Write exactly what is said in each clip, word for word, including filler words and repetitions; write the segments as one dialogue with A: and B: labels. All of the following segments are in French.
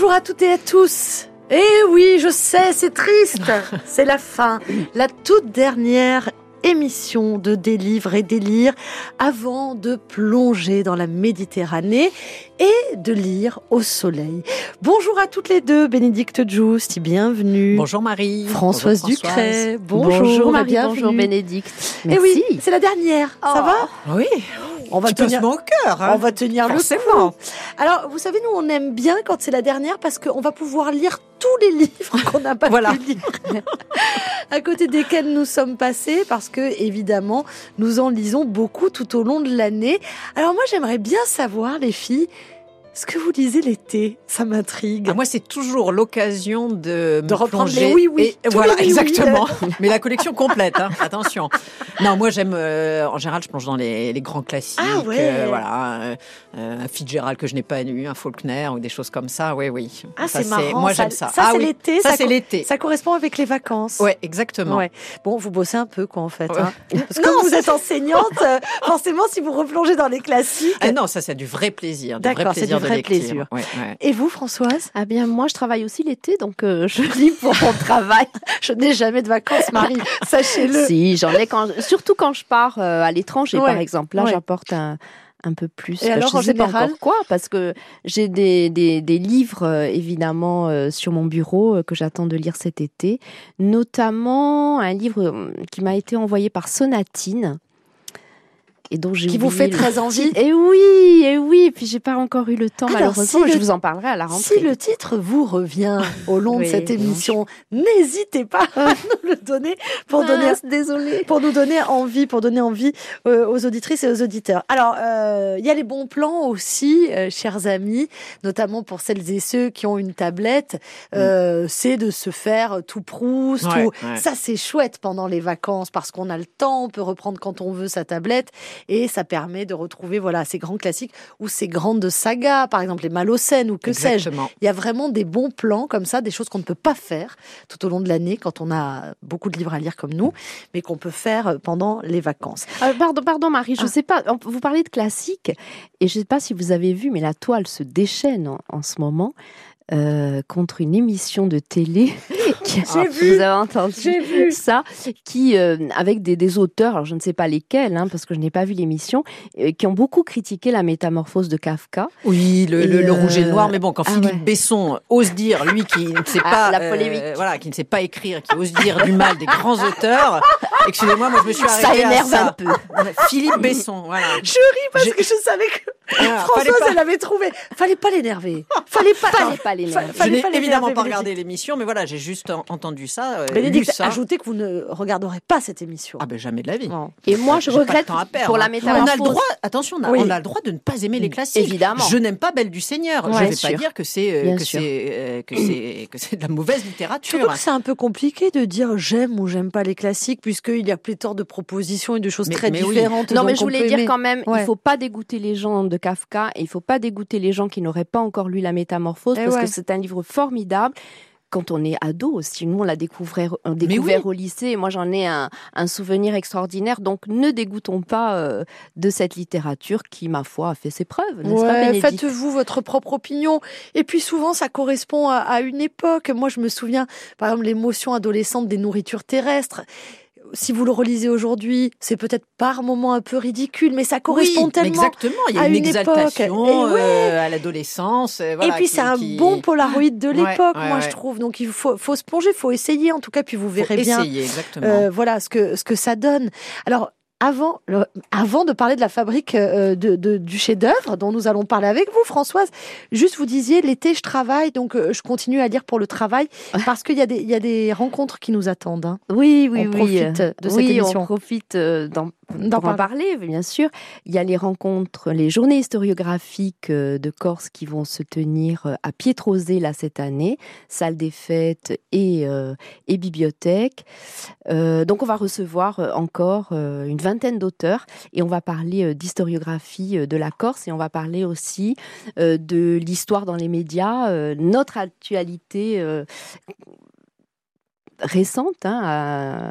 A: Bonjour à toutes et à tous. Eh oui, je sais, c'est triste. C'est la fin. La toute dernière émission de Des livres et délires avant de plonger dans la Méditerranée et de lire au soleil. Bonjour à toutes les deux, Bénédicte Giusti, bienvenue.
B: Bonjour Marie.
A: Françoise,
B: bonjour Françoise.
A: Ducret, bonjour,
C: bonjour Marie,
A: bienvenue.
C: bonjour Bénédicte.
A: Eh oui, c'est la dernière,
C: Oh.
A: ça va?
B: Oui,
A: On va
B: tu
A: tenir
B: passes mon cœur. Hein.
A: On va tenir
B: Forcément.
A: le coup. Alors, vous savez, nous, on aime bien quand c'est la dernière parce qu'on va pouvoir lire tous les livres qu'on n'a pas
B: Voilà.
A: pu lire, à côté desquels nous sommes passés, parce que, évidemment, nous en lisons beaucoup tout au long de l'année. Alors moi, j'aimerais bien savoir, les filles, ce que vous lisez l'été. Ça m'intrigue.
B: Ah, moi, c'est toujours l'occasion de,
A: De
B: me
A: reprendre
B: plonger.
A: les oui-oui.
B: Et,
A: Tous
B: voilà,
A: les oui-oui.
B: exactement. Mais la collection complète, hein. Attention. Non, moi, j'aime, euh, en général, je plonge dans les, les grands classiques.
A: Ah ouais.
B: euh, voilà, euh, euh, un Fitzgerald que je n'ai pas lu, un Faulkner ou des choses comme ça. Oui, oui.
A: Ah,
B: Ça,
A: c'est marrant.
B: Moi,
A: ça,
B: j'aime ça.
A: Ça,
B: ah,
A: c'est
B: oui.
A: l'été.
B: Ça, c'est
A: co-
B: l'été.
A: Ça correspond avec les vacances.
B: Ouais, exactement.
A: Ouais. Bon, vous bossez un peu, quoi, en fait.
B: Ouais.
A: Hein. Parce que comme vous êtes enseignante, euh, forcément, si vous replongez dans les classiques.
B: Ah non, ça, c'est du vrai plaisir. Du
A: D'accord,
B: vrai
A: c'est
B: plaisir
A: du
B: de
A: vrai
B: lecture.
A: plaisir.
B: Ouais, ouais.
A: Et vous, Françoise?
C: Ah bien, moi, je travaille aussi l'été, donc euh, je lis pour mon travail.
A: Je n'ai jamais de vacances, Marie. Sachez-le.
C: Si, j'en ai quand, surtout quand je pars euh, à l'étranger,
A: Ouais.
C: par exemple. Là,
A: Ouais.
C: j'apporte un, un peu plus.
A: Et alors,
C: je
A: en
C: sais pas
A: général
C: encore quoi, parce que j'ai des, des, des livres, euh, évidemment, euh, sur mon bureau euh, que j'attends de lire cet été. Notamment un livre euh, qui m'a été envoyé par Sonatine. Et dont j'ai
A: Qui vous
C: oublié
A: fait
C: le
A: très envie.
C: titre. Et oui, et oui. Et puis j'ai pas encore eu le temps,
A: Alors,
C: malheureusement.
A: si
C: mais
A: le-
C: Je vous en parlerai à la rentrée.
A: Si le titre vous revient au long de
C: Oui,
A: cette
C: bien
A: émission, n'hésitez pas à nous le donner pour donner
C: désolée.
A: pour nous donner envie, pour donner envie euh, aux auditrices et aux auditeurs. Alors, euh, il y a les bons plans aussi, euh, chers amis, notamment pour celles et ceux qui ont une tablette. Euh, c'est de se faire tout Proust.
B: Ouais,
A: tout...
B: ouais.
A: Ça, c'est chouette pendant les vacances parce qu'on a le temps, on peut reprendre quand on veut sa tablette et ça permet de retrouver voilà ces grands classiques ou ces grandes sagas, par exemple les Malocènes ou que sais-je.
B: Exactement.
A: Il y a vraiment des bons plans comme ça, des choses qu'on ne peut pas faire tout au long de l'année quand on a beaucoup de livres à lire comme nous, mais qu'on peut faire pendant les vacances.
C: Euh, pardon, pardon Marie, je
A: Ah.
C: sais pas, on- vous parlez de classiques, et je sais pas si vous avez vu, mais la toile se déchaîne en, en ce moment euh, contre une émission de télé. qui-
A: J'ai
C: Ah,
A: vu.
C: Vous avez entendu
A: J'ai vu.
C: ça, qui, euh, avec des, des auteurs, alors je ne sais pas lesquels, hein, parce que je n'ai pas vu l'émission, euh, qui ont beaucoup critiqué la métamorphose de Kafka.
B: Oui, le,
C: Et
B: le, le
C: euh,
B: rouge et le noir, mais bon, quand
C: ah
B: Philippe
C: ouais.
B: Besson ose dire, lui qui ne sait
C: Ah,
B: pas,
C: la polémique.
B: voilà, qui ne sait pas écrire, qui ose dire du mal des grands auteurs, excusez-moi, moi je me suis
C: Ça
B: arrêtée à
C: énerve
B: ça.
C: un peu.
B: Voilà, Philippe Besson, voilà.
A: Je ris parce
B: J'ai-
A: que je savais que
B: Voilà,
A: Françoise,
B: fallait pas-
A: elle avait trouvé. Fallait pas l'énerver. Fallait pas.
C: Fallait
A: non,
C: pas l'énerver.
A: fa-
B: Je
A: fallait
B: n'ai
A: pas l'énerver,
B: évidemment pas
A: Bénédicte.
B: regardé l'émission, mais voilà, j'ai juste en- entendu ça, euh, lu
A: Bénédicte,
B: ça.
A: ajoutez que vous ne regarderez pas cette émission.
B: Ah ben jamais de la vie.
A: Non.
C: Et moi, je
B: J'ai pas
C: regrette
B: de temps à perdre,
C: pour la
B: hein.
C: métamorphose.
B: On a le droit, attention, on a,
A: Oui.
B: on a le droit de ne pas aimer les classiques.
C: Évidemment.
B: Je n'aime pas Belle du Seigneur.
C: Ouais,
B: je ne vais
C: sûr.
B: pas dire que c'est euh,
C: Bien
B: que
C: sûr.
B: c'est euh, que c'est que c'est de la mauvaise littérature.
A: Surtout que c'est un peu compliqué de dire j'aime ou j'aime pas les classiques, puisqu'il y a pléthore de propositions et de choses
B: Mais-
A: très
B: mais oui.
A: différentes.
C: Non, mais
A: donc
C: je
A: on
C: voulais
A: peut
C: dire
A: aimer.
C: quand même,
A: Ouais.
C: il faut pas dégoûter les gens de Kafka et il faut pas dégoûter les gens qui n'auraient pas encore lu La Métamorphose
A: Eh
C: parce
A: ouais.
C: que c'est un livre formidable. Quand on est ado aussi, nous on l'a découvert, on découvert au lycée. Et moi j'en ai un, un souvenir extraordinaire. Donc ne dégoûtons pas euh, de cette littérature qui, ma foi, a fait ses preuves, n'est-ce pas,
A: Ouais,
C: Bénédicte?
A: faites-vous votre propre opinion. Et puis souvent, ça correspond à, à une époque. Moi, je me souviens, par exemple, l'émotion adolescente des nourritures terrestres. Si vous le relisez aujourd'hui, c'est peut-être par moments un peu ridicule, mais ça correspond
B: Oui, mais
A: tellement.
B: exactement. Il y a
A: à
B: une,
A: une
B: exaltation
A: époque. Et ouais.
B: euh, à l'adolescence. euh, voilà,
A: et puis
B: qui-
A: c'est un
B: qui-
A: bon Polaroid de
B: Ouais,
A: l'époque,
B: ouais,
A: moi
B: ouais.
A: je trouve. Donc il faut, faut se plonger, faut essayer en tout cas, puis vous
B: Faut
A: verrez bien.
B: essayer, exactement.
A: Euh, voilà ce que ce que ça donne. Alors avant, le- avant de parler de la fabrique euh, de, de- du chef-d'œuvre dont nous allons parler avec vous, Françoise, juste vous disiez l'été je travaille, donc euh, je continue à lire pour le travail parce qu'il y a des il y a des rencontres qui nous attendent. Hein.
C: Oui, oui,
A: On
C: oui.
A: profite de cette
C: oui,
A: émission.
C: on profite euh, d'en
A: D'en
C: pour en parler, bien sûr. Il y a les rencontres, les journées historiographiques euh, de Corse qui vont se tenir euh, à Pietrosé là cette année, salle des fêtes et, euh, et bibliothèque. Euh, donc on va recevoir euh, encore euh, une vingtaine d'auteurs et on va parler euh, d'historiographie euh, de la Corse et on va parler aussi euh, de l'histoire dans les médias, euh, notre actualité euh, récente, hein, à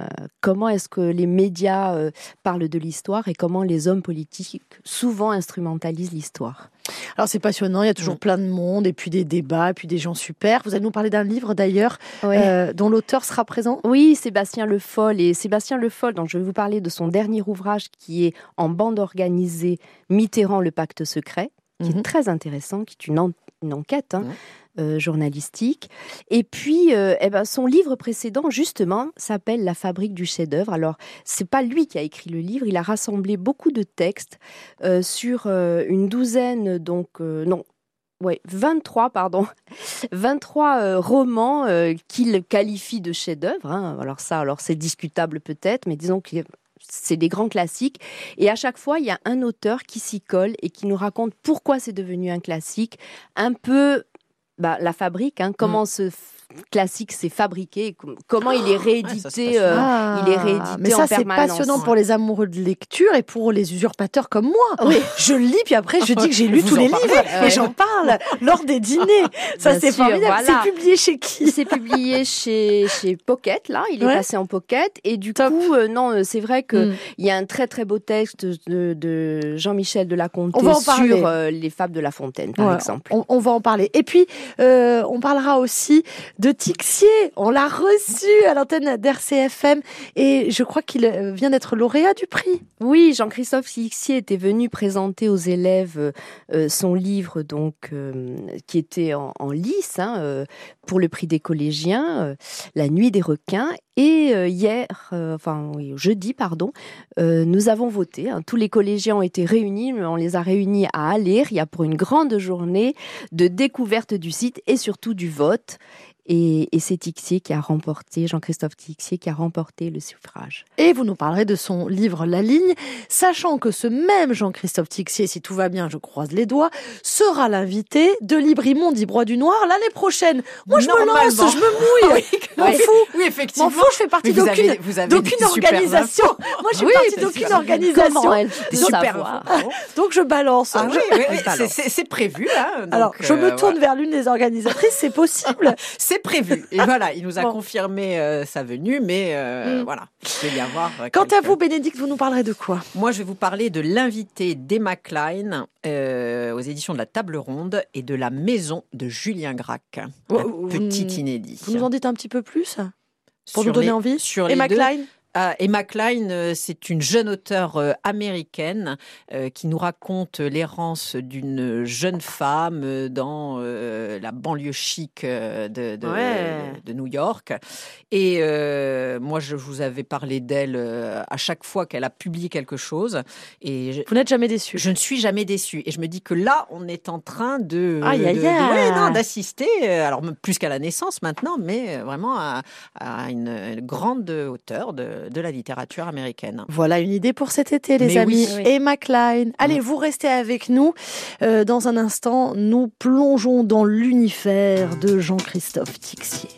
C: comment est-ce que les médias euh, parlent de l'histoire et comment les hommes politiques souvent instrumentalisent l'histoire.
A: Alors c'est passionnant, il y a toujours mmh. plein de monde et puis des débats, et puis des gens super. Vous allez nous parler d'un livre d'ailleurs ouais. euh, dont l'auteur sera présent.
C: Oui, Sébastien Le Foll. Et Sébastien Le Foll, donc je vais vous parler de son dernier ouvrage qui est en bande organisée Mitterrand, le pacte secret, qui mmh. est très intéressant, qui est une, en- une enquête hein, mmh. euh, journalistique. Et puis euh, eh ben, son livre précédent justement s'appelle La fabrique du chef-d'œuvre. Alors c'est pas lui qui a écrit le livre, il a rassemblé beaucoup de textes euh, sur euh, une douzaine donc euh, non. Ouais, vingt-trois, pardon, vingt-trois euh, romans euh, qu'il qualifie de chefs-d'œuvre. Hein. Alors ça, alors c'est discutable peut-être, mais disons que c'est des grands classiques. Et à chaque fois, il y a un auteur qui s'y colle et qui nous raconte pourquoi c'est devenu un classique. Un peu bah, la fabrique, hein, comment mmh. ce classique s'est fabriqué, comment il est réédité,
B: ouais,
C: euh,
A: ah,
C: il est réédité
A: mais ça,
C: en permanence.
A: C'est passionnant pour les amoureux de lecture et pour les usurpateurs comme moi.
C: Oui.
A: Je lis puis après je dis que j'ai lu
B: Vous
A: tous les
B: parlez,
A: livres
C: ouais.
A: et j'en parle lors des dîners. Ça
C: Bien
A: c'est
C: sûr,
A: formidable.
C: voilà.
A: C'est publié chez qui?
C: C'est publié chez chez Pocket là, il est
A: ouais.
C: passé en Pocket et du
A: Top.
C: coup euh, non, c'est vrai que
A: mm.
C: il y a un très très beau texte de, de Jean-Michel Delaconté
A: sur
C: euh, les fables de La Fontaine par
A: ouais,
C: exemple.
A: On, on va en parler. Et puis euh, on parlera aussi de Tixier. On l'a reçu à l'antenne d'R C F M et je crois qu'il vient d'être lauréat du prix.
C: Oui, Jean-Christophe Tixier était venu présenter aux élèves euh, son livre donc euh, qui était en, en lice hein, euh, pour le prix des collégiens, euh, La nuit des requins. Et euh, hier, euh, enfin oui, jeudi, pardon, euh, nous avons voté. Hein, tous les collégiens ont été réunis, mais on les a réunis à Aléria pour une grande journée de découverte du site et surtout du vote. Et, et c'est Tixier qui a remporté, Jean-Christophe Tixier qui a remporté le suffrage.
A: Et vous nous parlerez de son livre La Ligne, sachant que ce même Jean-Christophe Tixier, si tout va bien, je croise les doigts, sera l'invité de Libri-Monde, Broie du Noir l'année prochaine. Moi, je me lance, je me mouille.
B: Oui,
A: m'en
B: oui,
A: fous.
B: Oui, effectivement.
A: M'en fous, je fais partie
B: vous
A: d'aucune,
B: avez, vous avez
A: d'aucune organisation. Moi, je fais
C: oui,
A: partie d'aucune organisation.
C: Comment elle peut
B: Super.
C: savoir.
A: Donc, je balance.
B: Ah,
A: je...
B: oui, oui, oui. C'est, c'est, c'est prévu. Hein, donc,
A: alors, je me
B: euh,
A: tourne
B: voilà.
A: vers l'une des organisatrices, c'est possible.
B: C'est prévu. Et voilà, il nous a
A: bon.
B: confirmé euh, sa venue, mais euh,
A: mm.
B: voilà, il peut y avoir. Euh,
A: Quant
B: quelques...
A: à vous, Bénédicte, vous nous parlerez de quoi?
B: Moi, je vais vous parler de l'invité d'Emma Klein euh, aux éditions de la Table Ronde et de La Maison de Julien Gracq.
A: Oh,
B: un petit inédit.
A: Vous nous en dites un petit peu plus pour
B: sur
A: nous donner
B: les,
A: envie?
B: Sur
A: Emma
B: les
A: Klein.
B: Ah, Emma Klein, euh, c'est une jeune auteure euh, américaine euh, qui nous raconte l'errance d'une jeune femme euh, dans euh, la banlieue chic euh, de, de,
A: ouais.
B: de, de New York. Et euh, moi, je vous avais parlé d'elle euh, à chaque fois qu'elle a publié quelque chose. Et je,
A: vous n'êtes jamais déçue?
B: Je ne suis jamais déçue. Et je me dis que là, on est en train de,
A: aïe,
B: de,
A: aïe,
B: de, de
A: aïe.
B: ouais, non, d'assister, alors plus qu'à la naissance maintenant, mais vraiment à, à une, une grande auteure de de la littérature américaine.
A: Voilà une idée pour cet été, les
B: Mais
A: amis.
B: oui.
A: Emma Klein. Allez, vous restez avec nous. Euh, dans un instant, nous plongeons dans l'univers de Jean-Christophe Tixier.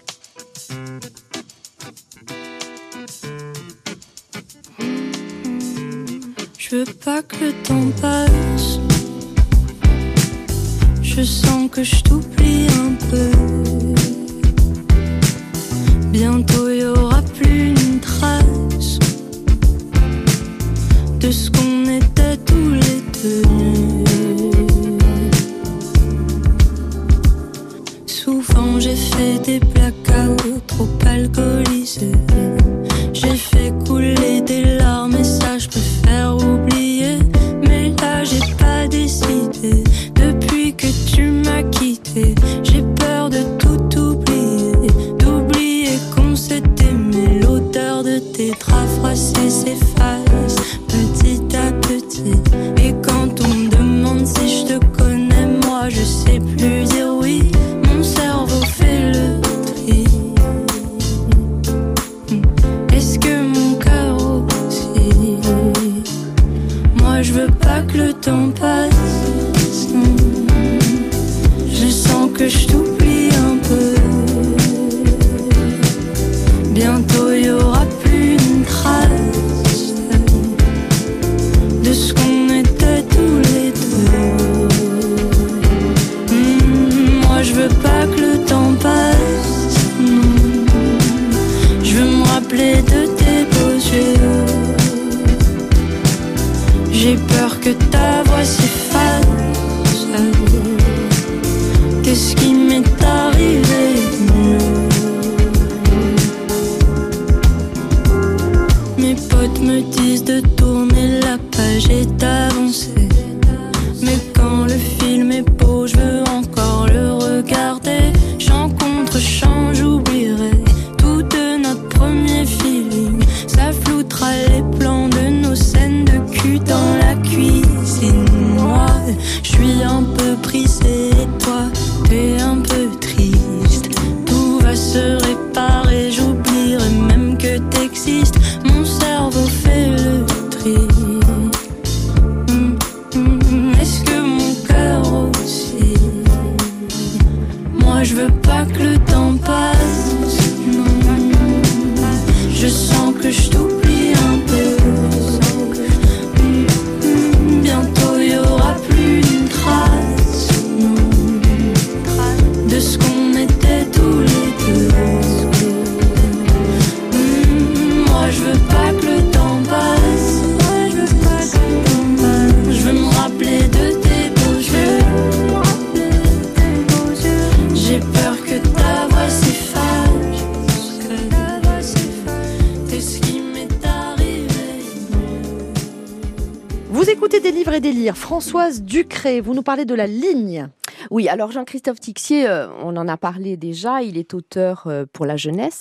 D: Je veux pas que le temps passe. Je sens que je t'oublie un peu. Bientôt il y aura plus une trace de ce qu'on était tous les deux. Souvent j'ai fait des blackouts trop alcoolisés. J'ai fait couler des larmes et ça je peux faire oublier. Mais là j'ai pas décidé. Depuis que tu m'as quitté, j'ai peur de tout oublier. D'oublier qu'on s'est aimé. L'odeur de tes draps froissés s'efface petit à petit. Et quand on me demande si je te connais, moi je sais plus dire oui. Mon cerveau fait le tri. Est-ce que mon cœur aussi? Moi je veux pas que le temps passe. Je sens que je t'oublie un peu. Bientôt il y aura plus une trace de ce qu'on était tous les deux. Mmh, moi je veux pas que le temps passe, non. Je veux me rappeler de tes beaux mon cerveau fait le tri. Mmh, mmh, est-ce que mon cœur aussi? Moi je veux pas que le temps passe, non. Je sens que je t'oublie un peu. Mmh, bientôt y aura plus une trace, non, de ce qu'on était tous les deux. Mmh, moi je veux pas que le temps passe. Moi je veux pas que le temps passe. Je veux me rappeler de tes beaux yeux. J'ai peur que ta voix s'efface, que ta voix s'efface. T'es ce qui m'est arrivé.
A: Vous écoutez Des livres et des lires. Françoise Ducré, vous nous parlez de la ligne.
C: Oui, alors Jean-Christophe Tixier, euh, on en a parlé déjà, il est auteur euh, pour la jeunesse,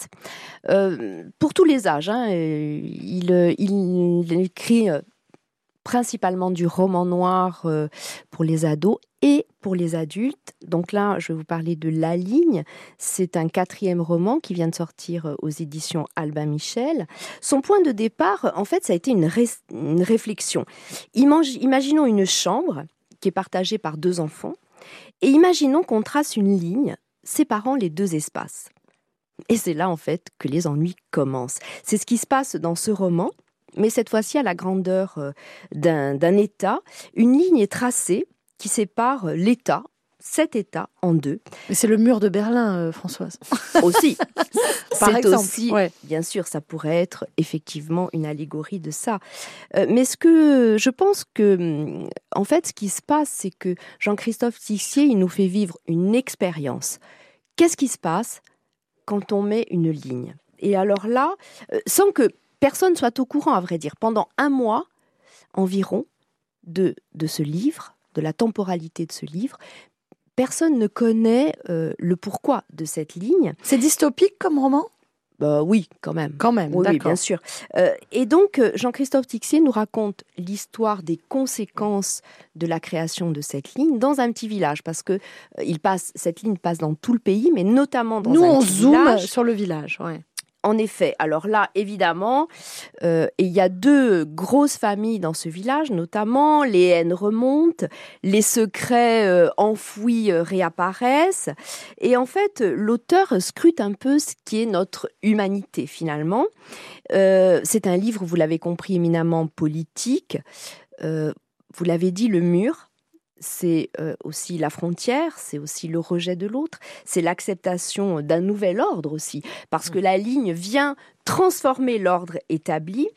C: euh, pour tous les âges. Hein, il, euh, il, il écrit euh, principalement du roman noir euh, pour les ados et pour les adultes. Donc là, je vais vous parler de La Ligne. C'est un quatrième roman qui vient de sortir aux éditions Albin Michel. Son point de départ, en fait, ça a été une, ré- une réflexion. Imag- imaginons une chambre qui est partagée par deux enfants. Et imaginons qu'on trace une ligne séparant les deux espaces. Et c'est là, en fait, que les ennuis commencent. C'est ce qui se passe dans ce roman, mais cette fois-ci à la grandeur d'un, d'un État. Une ligne est tracée qui sépare l'État, cet État, en deux.
A: Mais c'est le mur de Berlin, euh, Françoise.
C: Aussi.
A: Par
C: c'est
A: exemple,
C: aussi,
A: ouais.
C: Bien sûr, ça pourrait être effectivement une allégorie de ça. Euh, mais ce que je pense que, en fait, ce qui se passe, c'est que Jean-Christophe Tixier, il nous fait vivre une expérience. Qu'est-ce qui se passe quand on met une ligne? Et alors là, euh, sans que personne soit au courant, à vrai dire, pendant un mois environ de, de ce livre, de la temporalité de ce livre, personne ne connaît euh, le pourquoi de cette ligne.
A: C'est dystopique comme roman?
C: Bah oui, quand même.
A: Quand même,
C: oui,
A: d'accord.
C: Oui, bien sûr. Euh, et donc, Jean-Christophe Tixier nous raconte l'histoire des conséquences de la création de cette ligne dans un petit village, parce que euh, il passe, cette ligne passe dans tout le pays, mais notamment dans
A: Nous,
C: un
A: on
C: petit
A: zoome
C: village.
A: sur le village, ouais.
C: En effet, alors là, évidemment, euh, il y a deux grosses familles dans ce village, notamment les haines remontent, les secrets euh, enfouis euh, réapparaissent. Et en fait, l'auteur scrute un peu ce qui est notre humanité, finalement. Euh, c'est un livre, vous l'avez compris, éminemment politique. Euh, vous l'avez dit, le mur. C'est euh, aussi la frontière, c'est aussi le rejet de l'autre, c'est l'acceptation d'un nouvel ordre aussi, parce que la ligne vient transformer l'ordre établi,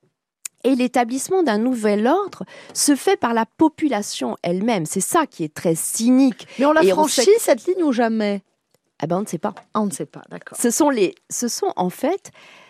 C: et l'établissement d'un nouvel ordre se fait par la population elle-même. C'est ça qui est très cynique.
A: Mais on l'a
C: Et
A: franchie,
C: on sait...
A: cette ligne, ou jamais?
C: Eh ben, on ne sait pas.
A: Ah, on ne sait pas, d'accord.
C: Ce sont, les... Ce sont en fait...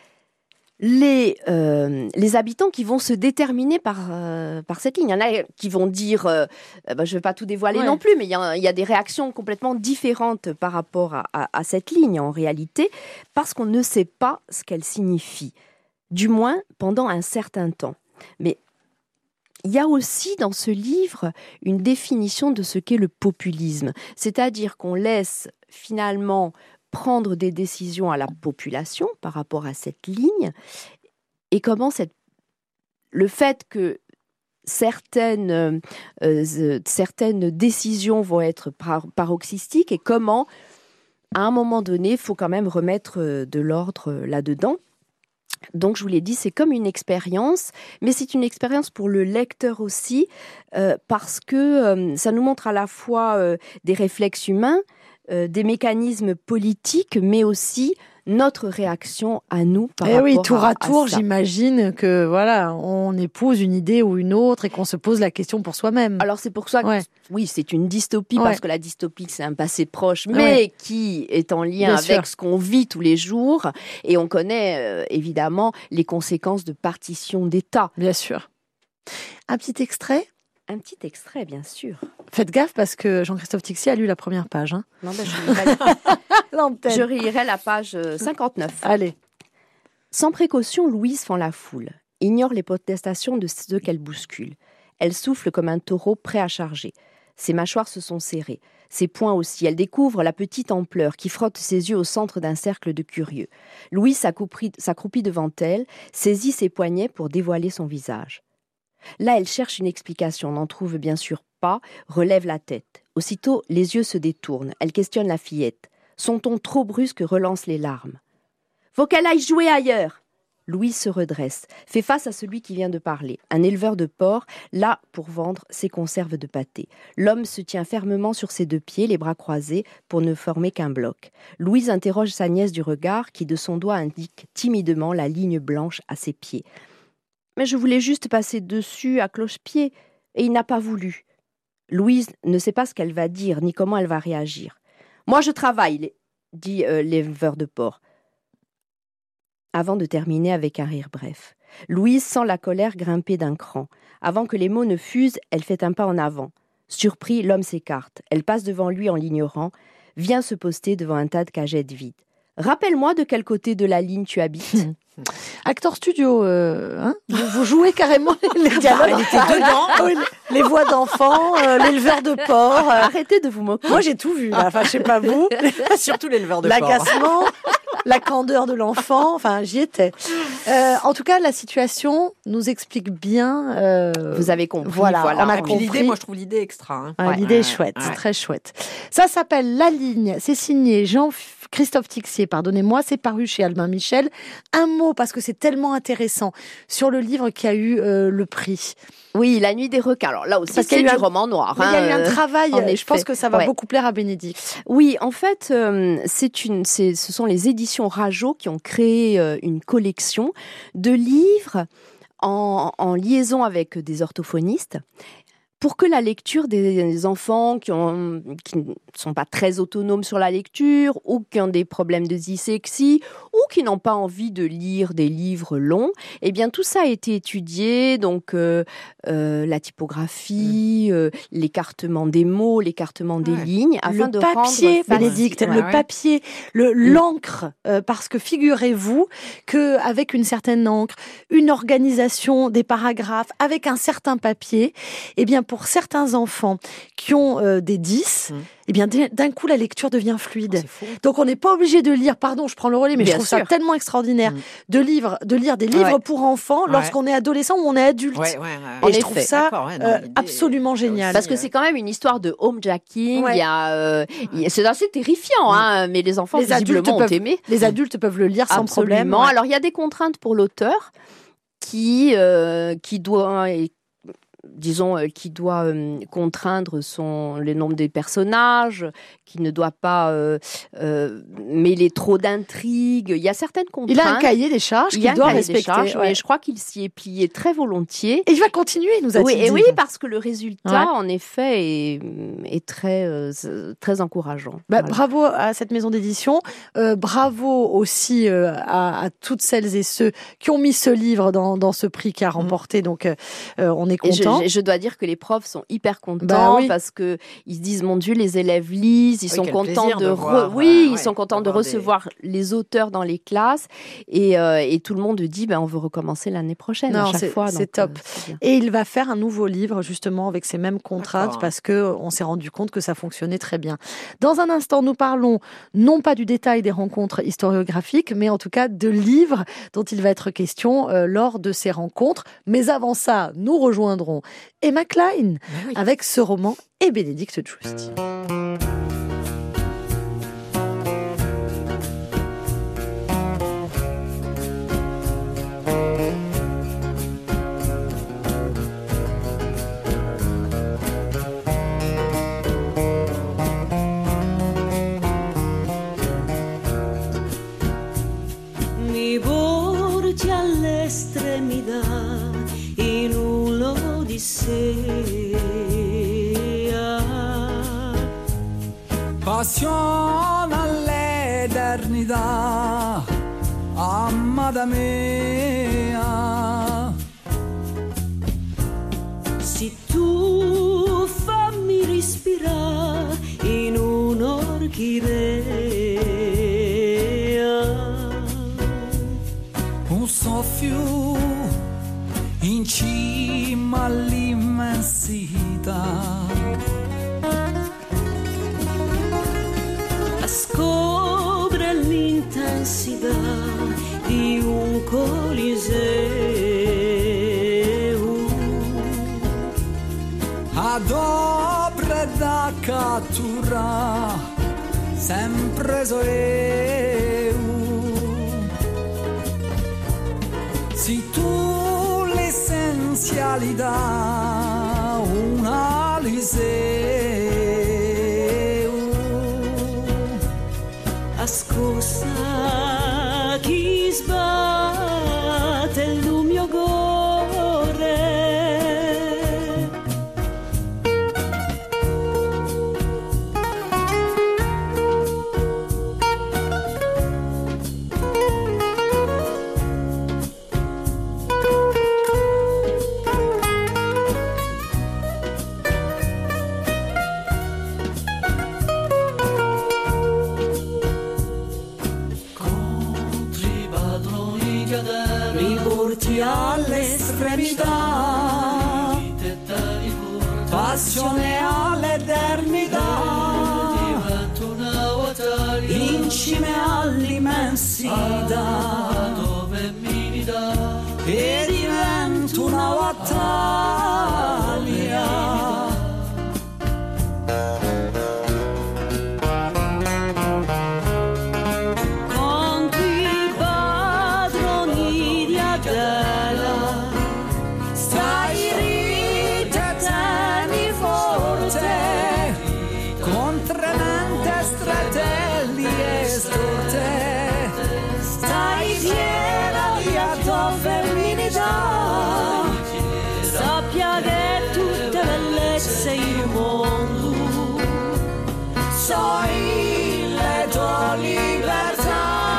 C: Les, euh, les habitants qui vont se déterminer par, euh, par cette ligne. Il y en a qui vont dire, euh, bah, je ne vais pas tout dévoiler ouais. non plus, mais il y, a, il y a des réactions complètement différentes par rapport à, à, à cette ligne en réalité, parce qu'on ne sait pas ce qu'elle signifie, du moins pendant un certain temps. Mais il y a aussi dans ce livre une définition de ce qu'est le populisme, c'est-à-dire qu'on laisse finalement prendre des décisions à la population par rapport à cette ligne, et comment cette, le fait que certaines, euh, certaines décisions vont être par, paroxystiques, et comment, à un moment donné, il faut quand même remettre de l'ordre là-dedans. Donc, je vous l'ai dit, c'est comme une expérience, mais c'est une expérience pour le lecteur aussi, euh, parce que euh, ça nous montre à la fois euh, des réflexes humains, Euh, des mécanismes politiques, mais aussi notre réaction à nous par
A: eh
C: rapport
A: oui, tour à,
C: à
A: tour,
C: à ça.
A: J'imagine que voilà, on épouse une idée ou une autre et qu'on se pose la question pour soi-même.
C: Alors c'est pour ça que
A: ouais.
C: oui, c'est une dystopie ouais. parce que la dystopie c'est un passé proche, mais ouais. qui est en lien
A: Bien
C: avec
A: sûr.
C: ce qu'on vit tous les jours, et on connaît euh, évidemment les conséquences de partition d'État.
A: Bien sûr. Un petit extrait.
C: Un petit extrait, bien sûr.
A: Faites gaffe parce que Jean-Christophe Tixier a lu la première page. Hein.
C: Non, ben, je, lirai... je relirai la page cinquante-neuf.
A: Allez.
C: Sans précaution, Louise fend la foule, ignore les protestations de ceux qu'elle bouscule. Elle souffle comme un taureau prêt à charger. Ses mâchoires se sont serrées, ses poings aussi. Elle découvre la petite en pleurs qui frotte ses yeux au centre d'un cercle de curieux. Louise s'accroupit devant elle, saisit ses poignets pour dévoiler son visage. Là, elle cherche une explication, n'en trouve bien sûr pas, relève la tête. Aussitôt, les yeux se détournent. Elle questionne la fillette. Son ton trop brusque relance les larmes. « Faut qu'elle aille jouer ailleurs !» Louise se redresse, fait face à celui qui vient de parler, un éleveur de porc, là pour vendre ses conserves de pâté. L'homme se tient fermement sur ses deux pieds, les bras croisés, pour ne former qu'un bloc. Louise interroge sa nièce du regard, qui de son doigt indique timidement la ligne blanche à ses pieds. « Mais je voulais juste passer dessus à cloche-pied, et il n'a pas voulu. » Louise ne sait pas ce qu'elle va dire, ni comment elle va réagir. « Moi je travaille, dit euh, l'éleveur de porc. » Avant de terminer avec un rire bref. Louise sent la colère grimper d'un cran. Avant que les mots ne fusent, elle fait un pas en avant. Surpris, l'homme s'écarte. Elle passe devant lui en l'ignorant, vient se poster devant un tas de cagettes vides. « Rappelle-moi de quel côté de la ligne tu habites. »
A: Acteur studio, euh, hein vous, vous jouez carrément les dialogues.
B: Elle était dedans.
A: Ah oui, les, les voix d'enfants, euh, l'éleveur de porc. Euh.
C: Arrêtez de vous moquer.
A: Moi, j'ai tout vu. Là. Enfin, je sais pas vous.
B: Surtout l'éleveur de porc.
A: L'agacement, la candeur de l'enfant. Enfin, j'y étais. Euh, en tout cas, la situation nous explique bien. Euh,
C: vous avez compris.
A: Voilà,
C: voilà
A: on a
B: Et puis
A: compris.
B: l'idée, moi, je trouve l'idée extra. Hein.
A: Ah,
B: Ouais.
A: l'idée est
B: Ouais,
A: chouette,
B: ouais.
A: c'est très chouette. Ça s'appelle La Ligne. C'est signé Jean-Christophe Tixier, pardonnez-moi. C'est paru chez Albin Michel. Un mot, parce que c'est tellement intéressant, sur le livre qui a eu euh, le prix.
C: Oui, La Nuit des requins. Alors là aussi,
A: Parce qu'il
C: c'est
A: y a eu
C: du
A: un-
C: roman noir.
A: Mais il y a eu
C: hein,
A: un
C: euh,
A: travail,
C: en
A: je
C: effet.
A: pense que ça va
C: Ouais.
A: beaucoup plaire à Bénédicte.
C: Oui, en fait, euh, c'est une, c'est, ce sont les éditions Rageot qui ont créé euh, une collection de livres en, en liaison avec des orthophonistes pour que la lecture des enfants qui ont, qui ne sont pas très autonomes sur la lecture ou qui ont des problèmes de dyslexie ou qui n'ont pas envie de lire des livres longs, eh bien tout ça a été étudié, donc euh, euh, la typographie, euh, l'écartement des mots, l'écartement des
B: Ouais.
C: lignes, afin
A: Le
C: de
A: papier,
C: rendre facile.
A: Bénédicte,
B: Ouais,
A: le
B: ouais.
A: papier, le l'encre, euh, parce que figurez-vous que avec une certaine encre, une organisation des paragraphes, avec un certain papier, eh bien pour certains enfants qui ont euh, des dix,
B: Mm.
A: eh bien d'un coup la lecture devient fluide.
B: C'est fou.
A: Donc on n'est pas obligé de lire, pardon, je prends le relais, mais
C: Bien
A: je trouve
C: sûr.
A: ça tellement extraordinaire
B: Mm.
A: de lire, de lire des livres
C: Ouais.
A: pour enfants
B: Ouais.
A: lorsqu'on est adolescent ou on est adulte.
B: Ouais, ouais, ouais.
C: En
A: Et je
C: effet.
A: trouve ça
B: D'accord, ouais, non,
A: euh,
B: l'idée-
A: absolument
B: c'est
A: génial.
B: aussi,
C: Parce que
B: euh,
C: c'est quand même une histoire de homejacking.
A: Ouais.
C: Il y a, euh, il y a- c'est assez terrifiant, hein, mais les enfants
A: Les adultes
C: visiblement ont
A: peuvent-
C: aimé.
A: Les adultes peuvent le lire sans
C: Absolument.
A: problème. Ouais.
C: Alors il y a des contraintes pour l'auteur qui euh, qui doit disons euh, qui doit euh, contraindre son le nombre des personnages, qui ne doit pas euh, euh, mêler trop d'intrigues. Il y a certaines contraintes.
A: Il a un cahier des charges
C: Il y a
A: qu'il
C: un
A: doit
C: cahier
A: respecter.
C: des charges,
A: ouais.
C: mais je crois qu'il s'y est plié très volontiers.
A: Et il va continuer, nous a-t-il
C: Oui,
A: dit.
C: et oui, parce que le résultat,
A: Ouais.
C: en effet, est, est très, euh, très encourageant.
A: Bah,
C: Voilà.
A: bravo à cette maison d'édition, euh, bravo aussi euh, à, à toutes celles et ceux qui ont mis ce livre dans, dans ce prix qui a remporté, donc euh, on est
C: Et je,
A: content.
C: je- je dois dire que les profs sont hyper contents
A: Bah oui.
C: parce que ils se disent mon Dieu, les élèves lisent, ils
B: Oui,
C: sont
B: quel
C: contents
B: plaisir
C: de,
B: de
C: re-
B: voir,
C: oui,
B: euh,
C: ils
B: ouais,
C: sont contents de
B: d'avoir des-
C: recevoir les auteurs dans les classes et, euh, et tout le monde dit ben on veut recommencer l'année prochaine
A: Non,
C: à chaque
A: c'est-
C: fois.
A: c'est
C: donc,
A: top.
C: euh, c'est bien.
A: Et il va faire un nouveau livre justement avec ces mêmes contraintes
B: D'accord.
A: parce que on s'est rendu compte que ça fonctionnait très bien. Dans un instant, nous parlons non pas du détail des rencontres historiographiques, mais en tout cas de livres dont il va être question euh, lors de ces rencontres. Mais avant ça, nous rejoindrons Emma Klein
B: Bah oui.
A: avec ce roman et Bénédicte Giusti.
E: Mi porti all'estremità in un'odissea.
F: Passione all'eternità, amata mia.
E: Se tu fammi respirare in un'orchidea.
F: Un soffio in cima all'immensità,
E: a scoprire l'intensità di un coliseo,
F: ad opere da cattura sempre soeu. Si tu l'essenzialità una Aliseu,
E: a scossa chi sbatte il mio cuore.
F: Riporti all'estremità, passione all'eternità, incime all'immensità, e divento una battaglia.
E: Sappia che tutte bellezze il mondo
F: Soy la tua libertà.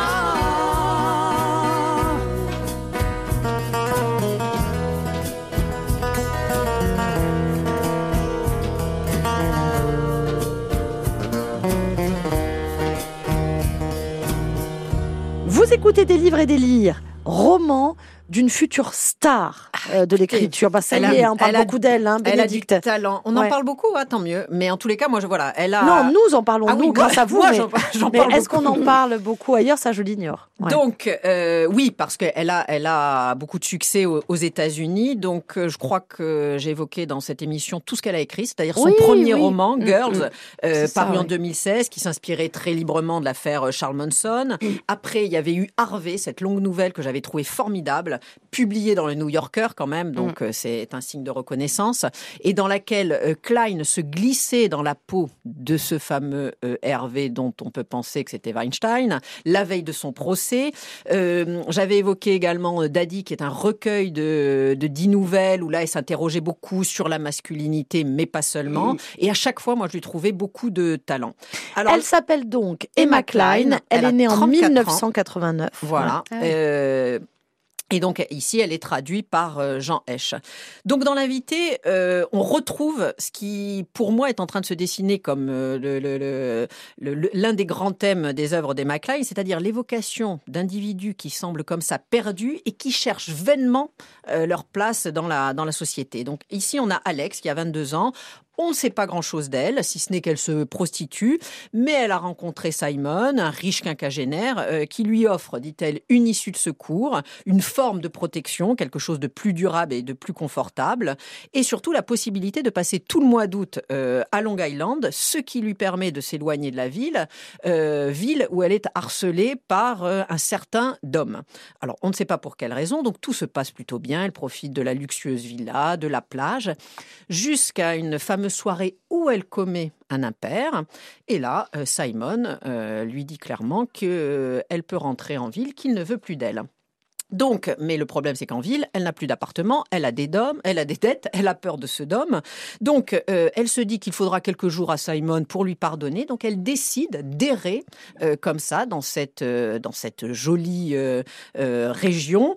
A: Vous écoutez Des livres et des lyres, roman d'une future star euh, de l'écriture. Bah, ça y est, on parle beaucoup d'elle, hein, Bénédicte.
B: Elle a du talent. On
A: Ouais.
B: en parle beaucoup, hein, tant mieux. Mais en tous les cas, moi, je, voilà, elle a...
A: Non, nous en parlons,
B: Ah oui,
A: nous,
B: moi-
A: grâce à vous.
B: moi,
A: mais
B: j'en- j'en
A: mais
B: parle
A: est-ce qu'on
B: beaucoup.
A: en parle beaucoup ailleurs? Ça, je l'ignore. Ouais.
B: Donc, euh, oui, parce qu'elle a, elle a beaucoup de succès aux, aux États-Unis. Donc, euh, je crois que j'ai évoqué dans cette émission tout ce qu'elle a écrit, c'est-à-dire son
A: Oui,
B: premier
A: oui.
B: roman,
A: Mm,
B: Girls,
A: mm.
B: euh,
A: C'est ça,
B: paru en
A: oui.
B: deux mille seize, qui s'inspirait très librement de l'affaire Charles Manson.
A: Mm.
B: Après, il y avait eu Harvey, cette longue nouvelle que j'avais trouvée formidable, publiée dans le New Yorker quand même, donc
A: Mm.
B: euh, c'est un signe de reconnaissance, et dans laquelle euh, Klein se glissait dans la peau de ce fameux euh, Hervé dont on peut penser que c'était Weinstein, la veille de son procès. Euh, j'avais évoqué également euh, Daddy, qui est un recueil de, de dix nouvelles, où là, elle s'interrogeait beaucoup sur la masculinité, mais pas seulement. Et à chaque fois, moi, je lui trouvais beaucoup de talent. Alors,
A: Elle s'appelle donc Emma
B: Emma
A: Klein.
B: Klein.
A: Elle,
B: Elle
A: est
B: a
A: née en
B: trente-quatre ans.
A: mille neuf cent quatre-vingt-neuf.
B: voilà.
C: Ah oui.
B: Euh, et donc ici, elle est traduite par euh, Jean Hesch. Donc dans l'invité, euh, on retrouve ce qui, pour moi, est en train de se dessiner comme euh, le, le, le, le- le- l'un des grands thèmes des œuvres d'Emma Klein, c'est-à-dire l'évocation d'individus qui semblent comme ça perdus et qui cherchent vainement euh, leur place dans la, dans la société. Donc ici, on a Alex qui a vingt-deux ans. On ne sait pas grand-chose d'elle, si ce n'est qu'elle se prostitue, mais elle a rencontré Simon, un riche quinquagénaire, euh, qui lui offre, dit-elle, une issue de secours, une forme de protection, quelque chose de plus durable et de plus confortable, et surtout la possibilité de passer tout le mois d'août euh, à Long Island, ce qui lui permet de s'éloigner de la ville, euh, ville où elle est harcelée par euh, un certain Dom. Alors, on ne sait pas pour quelle raison, donc tout se passe plutôt bien, elle profite de la luxueuse villa, de la plage, jusqu'à une fameuse soirée où elle commet un impair. Et là, euh, Simon euh, lui dit clairement qu'elle peut rentrer en ville, qu'il ne veut plus d'elle. Donc, mais le problème, c'est qu'en ville, elle n'a plus d'appartement, elle a des dômes, elle a des dettes, elle a peur de ce dôme. Donc, euh, elle se dit qu'il faudra quelques jours à Simon pour lui pardonner. Donc, elle décide d'errer euh, comme ça dans cette euh, dans cette jolie euh, euh, région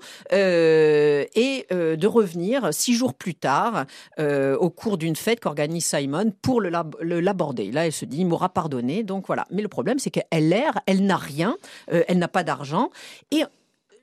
B: euh, et euh, de revenir six jours plus tard euh, au cours d'une fête qu'organise Simon pour le, lab- le l'aborder. Là, elle se dit, il m'aura pardonné. Donc voilà. Mais le problème, c'est qu'elle erre, elle n'a rien, euh, elle n'a pas d'argent et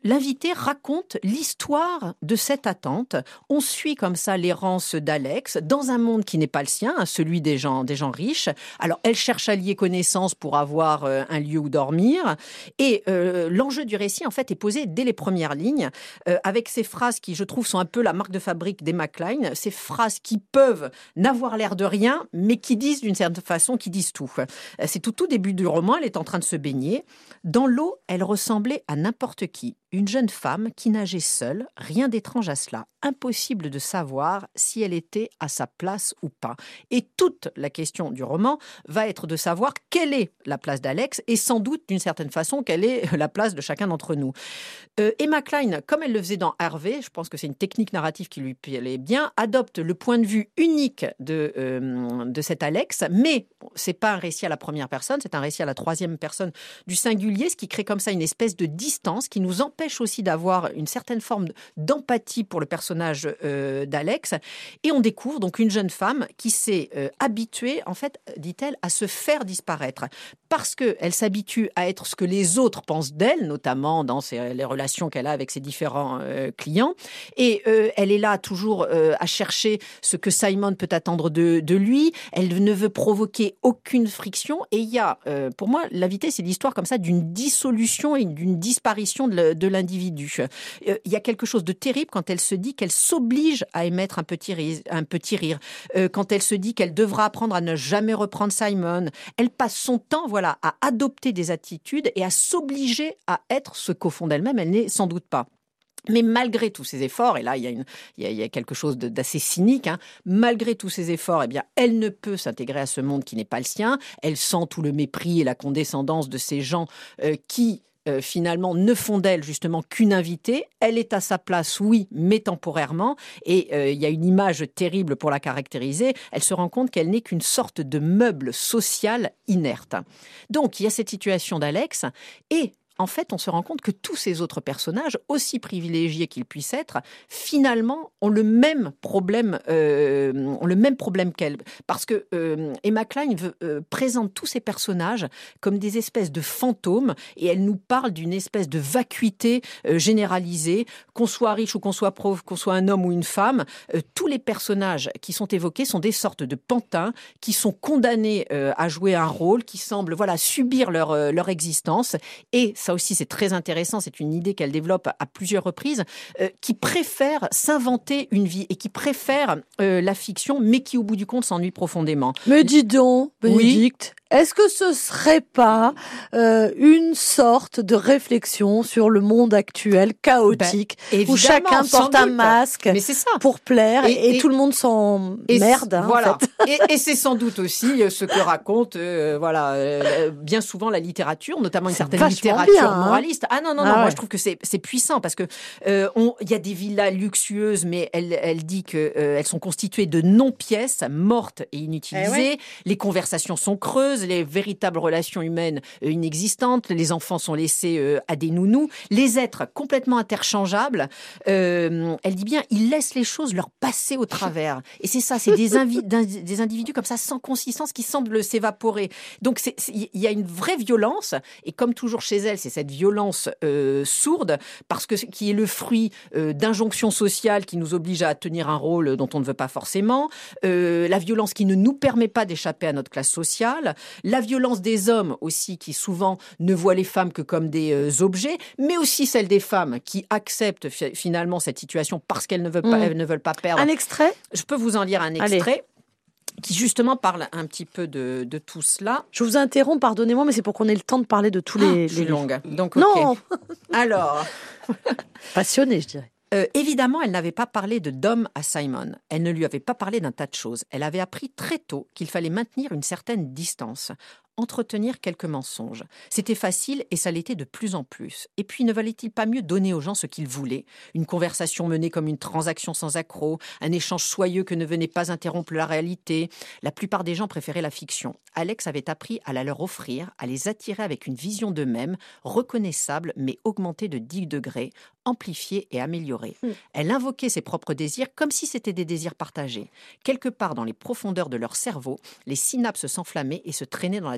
B: l'invité raconte l'histoire de cette attente. On suit comme ça l'errance d'Alex dans un monde qui n'est pas le sien, hein, celui des gens, des gens riches. Alors, elle cherche à lier connaissance pour avoir euh, un lieu où dormir. Et euh, l'enjeu du récit, en fait, est posé dès les premières lignes, euh, avec ces phrases qui, je trouve, sont un peu la marque de fabrique d'Emma Cline. Ces phrases qui peuvent n'avoir l'air de rien, mais qui disent d'une certaine façon, qui disent tout. C'est tout tout début du roman, elle est en train de se baigner. Dans l'eau, elle ressemblait à n'importe qui. Une jeune femme qui nageait seule, rien d'étrange à cela. Impossible de savoir si elle était à sa place ou pas. Et toute la question du roman va être de savoir quelle est la place d'Alex et sans doute d'une certaine façon quelle est la place de chacun d'entre nous. Euh, Emma Cline, comme elle le faisait dans Harvey, je pense que c'est une technique narrative qui lui plaît bien, adopte le point de vue unique de, euh, de cet Alex, mais bon, c'est pas un récit à la première personne, c'est un récit à la troisième personne du singulier, ce qui crée comme ça une espèce de distance qui nous empêche aussi d'avoir une certaine forme d'empathie pour le personnage euh, d'Alex. Et on découvre donc une jeune femme qui s'est euh, habituée, en fait, dit-elle, à se faire disparaître. Parce qu'elle s'habitue à être ce que les autres pensent d'elle, notamment dans ses, les relations qu'elle a avec ses différents euh, clients. Et euh, elle est là toujours euh, à chercher ce que Simon peut attendre de, de lui. Elle ne veut provoquer aucune friction. Et il y a, euh, pour moi, l'invité, c'est l'histoire comme ça d'une dissolution et d'une disparition de, de l'individu. Euh, il y a quelque chose de terrible quand elle se dit qu'elle s'oblige à émettre un petit rire, un petit rire. Euh, quand elle se dit qu'elle devra apprendre à ne jamais reprendre Simon. Elle passe son temps, voilà, à adopter des attitudes et à s'obliger à être ce qu'au fond d'elle-même, elle n'est sans doute pas. Mais malgré tous ces efforts, et là il y a, une, il y a, il y a quelque chose de, d'assez cynique, hein, malgré tous ces efforts, eh bien, elle ne peut s'intégrer à ce monde qui n'est pas le sien. Elle sent tout le mépris et la condescendance de ces gens euh, qui... Euh, finalement, ne font d'elle justement qu'une invitée. Elle est à sa place, oui, mais temporairement. Et euh, il y a une image terrible pour la caractériser. Elle se rend compte qu'elle n'est qu'une sorte de meuble social inerte. Donc, il y a cette situation d'Alex et... En fait, on se rend compte que tous ces autres personnages, aussi privilégiés qu'ils puissent être, finalement, ont le même problème, euh, ont le même problème qu'elle. Parce que euh, Emma Cline veut, euh, présente tous ces personnages comme des espèces de fantômes et elle nous parle d'une espèce de vacuité euh, généralisée. Qu'on soit riche ou qu'on soit pauvre, qu'on soit un homme ou une femme, euh, tous les personnages qui sont évoqués sont des sortes de pantins qui sont condamnés euh, à jouer un rôle, qui semblent voilà, subir leur, euh, leur existence. Et ça aussi, c'est très intéressant, c'est une idée qu'elle développe à plusieurs reprises, euh, qui préfère s'inventer une vie et qui préfère euh, la fiction, mais qui, au bout du compte, s'ennuie profondément.
A: Mais dis donc, Bénédicte, oui. Est-ce que ce serait pas euh, une sorte de réflexion sur le monde actuel, chaotique, ben, où chacun porte un masque
B: mais c'est ça.
A: pour plaire et, et, et tout le monde s'en merde hein,
B: voilà.
A: en fait.
B: et, et c'est sans doute aussi ce que raconte euh, voilà, euh, bien souvent la littérature, notamment une certaine littérature bien, hein. moraliste. Ah non, non, non, ah, moi ouais. je trouve que c'est, c'est puissant parce que euh, on, y a des villas luxueuses, mais elle, elle dit qu'elles euh, sont constituées de non-pièces, mortes et inutilisées. Eh ouais. Les conversations sont creuses, les véritables relations humaines euh, inexistantes, les enfants sont laissés euh, à des nounous, les êtres complètement interchangeables. Euh, elle dit bien, ils laissent les choses leur passer au travers. Et c'est ça, c'est des, invi- des individus comme ça, sans consistance, qui semblent s'évaporer. Donc il y a une vraie violence, et comme toujours chez elle, c'est cette violence euh, sourde, parce que qui est le fruit euh, d'injonctions sociales qui nous obligent à tenir un rôle dont on ne veut pas forcément, euh, la violence qui ne nous permet pas d'échapper à notre classe sociale, la violence des hommes aussi qui souvent ne voient les femmes que comme des euh, objets, mais aussi celle des femmes qui acceptent fi- finalement cette situation parce qu'elles ne veulent pas, mmh. elles ne veulent pas perdre.
A: Un extrait ?
B: Je peux vous en lire un extrait.
A: Allez.
B: Qui justement parle un petit peu de, de tout cela.
A: Je vous interromps, pardonnez-moi, mais c'est pour qu'on ait le temps de parler de tous les...
B: Ah,
A: les...
B: Je suis longue, donc okay.
A: Non.
B: Alors...
A: Passionnée, je dirais.
B: Euh, évidemment, elle n'avait pas parlé de Dom à Simon. Elle ne lui avait pas parlé d'un tas de choses. Elle avait appris très tôt qu'il fallait maintenir une certaine distance, entretenir quelques mensonges. C'était facile et ça l'était de plus en plus. Et puis, ne valait-il pas mieux donner aux gens ce qu'ils voulaient ? Une conversation menée comme une transaction sans accroc, un échange soyeux que ne venait pas interrompre la réalité. La plupart des gens préféraient la fiction. Alex avait appris à la leur offrir, à les attirer avec une vision d'eux-mêmes, reconnaissable mais augmentée de dix degrés, amplifiée et améliorée. Mmh. Elle invoquait ses propres désirs comme si c'était des désirs partagés. Quelque part dans les profondeurs de leur cerveau, les synapses s'enflammaient et se traînaient dans la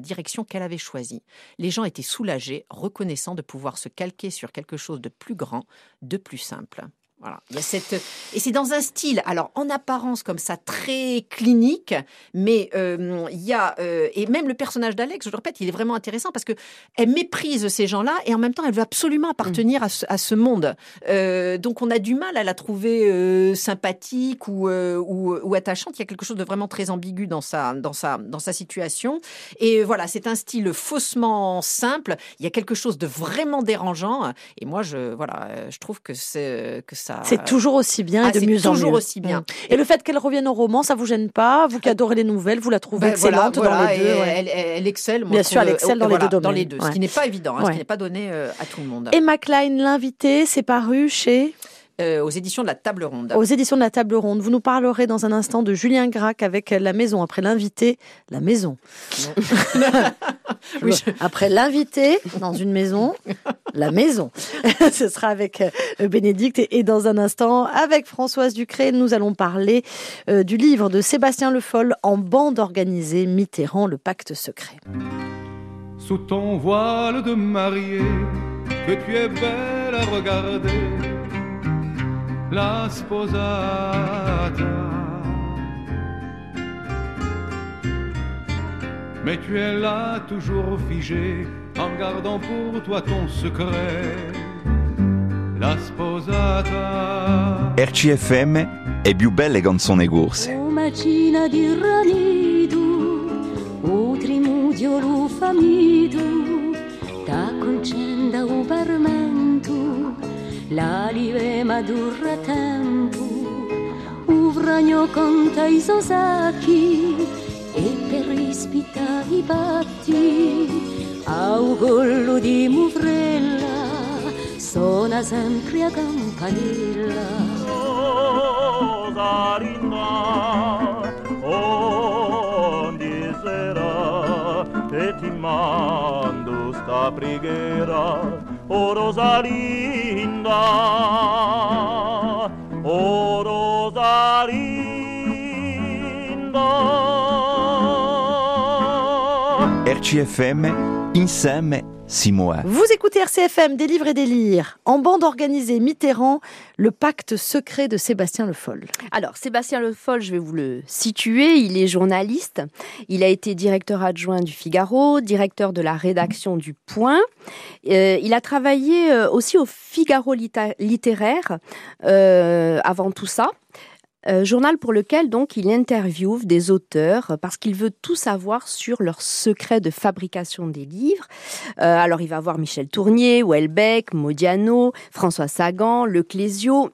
B: direction qu'elle avait choisie. Les gens étaient soulagés, reconnaissant de pouvoir se calquer sur quelque chose de plus grand, de plus simple. Voilà. Il y a cette... Et c'est dans un style, alors en apparence comme ça, très clinique, mais euh, il y a... Euh, et même le personnage d'Alex, je le répète, il est vraiment intéressant parce qu'elle méprise ces gens-là et en même temps, elle veut absolument appartenir mmh. à, ce, à ce monde. Euh, donc on a du mal à la trouver euh, sympathique ou, euh, ou, ou attachante. Il y a quelque chose de vraiment très ambigu dans sa, dans sa, dans sa situation. Et voilà, c'est un style faussement simple. Il y a quelque chose de vraiment dérangeant. Et moi, je, voilà, je trouve que, c'est, que ça...
A: C'est toujours aussi bien
B: ah,
A: et de mieux en mieux.
B: toujours aussi bien.
A: Mmh. Et le fait qu'elle revienne au roman, ça vous gêne pas? Vous qui adorez les nouvelles, vous la trouvez ben excellente
B: voilà, voilà,
A: dans les deux. Ouais.
B: Elle, elle, elle excelle. Moi,
A: bien sûr, elle excelle dans,
B: voilà,
A: les deux
B: dans les deux.
A: Ouais.
B: Ce qui n'est pas évident, hein,
A: ouais.
B: ce qui n'est pas donné euh, à tout le monde.
A: Emma Cline, l'invité, c'est paru chez...
B: Euh, aux éditions de la Table Ronde.
A: Aux éditions de la Table Ronde. Vous nous parlerez dans un instant de Julien Gracq avec La Maison. Après l'invité, la maison. oui, je... Après l'invité, dans une maison, la maison. Ce sera avec Bénédicte. Et dans un instant, avec Françoise Ducré, nous allons parler euh, du livre de Sébastien Le Foll, En bande organisée, Mitterrand, le pacte secret.
G: Sous ton voile de mariée, que tu es belle à regarder, la sposata. Mais tu es là toujours figé, en gardant pour toi ton secret, la sposata.
H: R C F M è più belle canzoni corse.
E: O macina di ranido, o trimudio lo famido, da concenda o parmento, la live madurra tempo, o vragno conta i sosacchi, e per ispita i patti, a un collo di muvrella, suona sempre a campanella. Rosalinda, ogni sera, e ti mando sta preghiera, o Rosalinda, o Rosalinda.
H: R C F M, insieme si muove.
A: Vous écoutez R C F M, des livres et des lires. En bande organisée, Mitterrand, le pacte secret de Sébastien Le Foll.
C: Alors, Sébastien Le Foll, je vais vous le situer. Il est journaliste. Il a été directeur adjoint du Figaro, directeur de la rédaction du Point. Euh, il a travaillé aussi au Figaro littéraire euh, avant tout ça. Euh, journal pour lequel donc il interviewe des auteurs parce qu'il veut tout savoir sur leurs secrets de fabrication des livres. Euh, alors il va voir Michel Tournier, Houellebecq, Modiano, François Sagan, Le Clésio.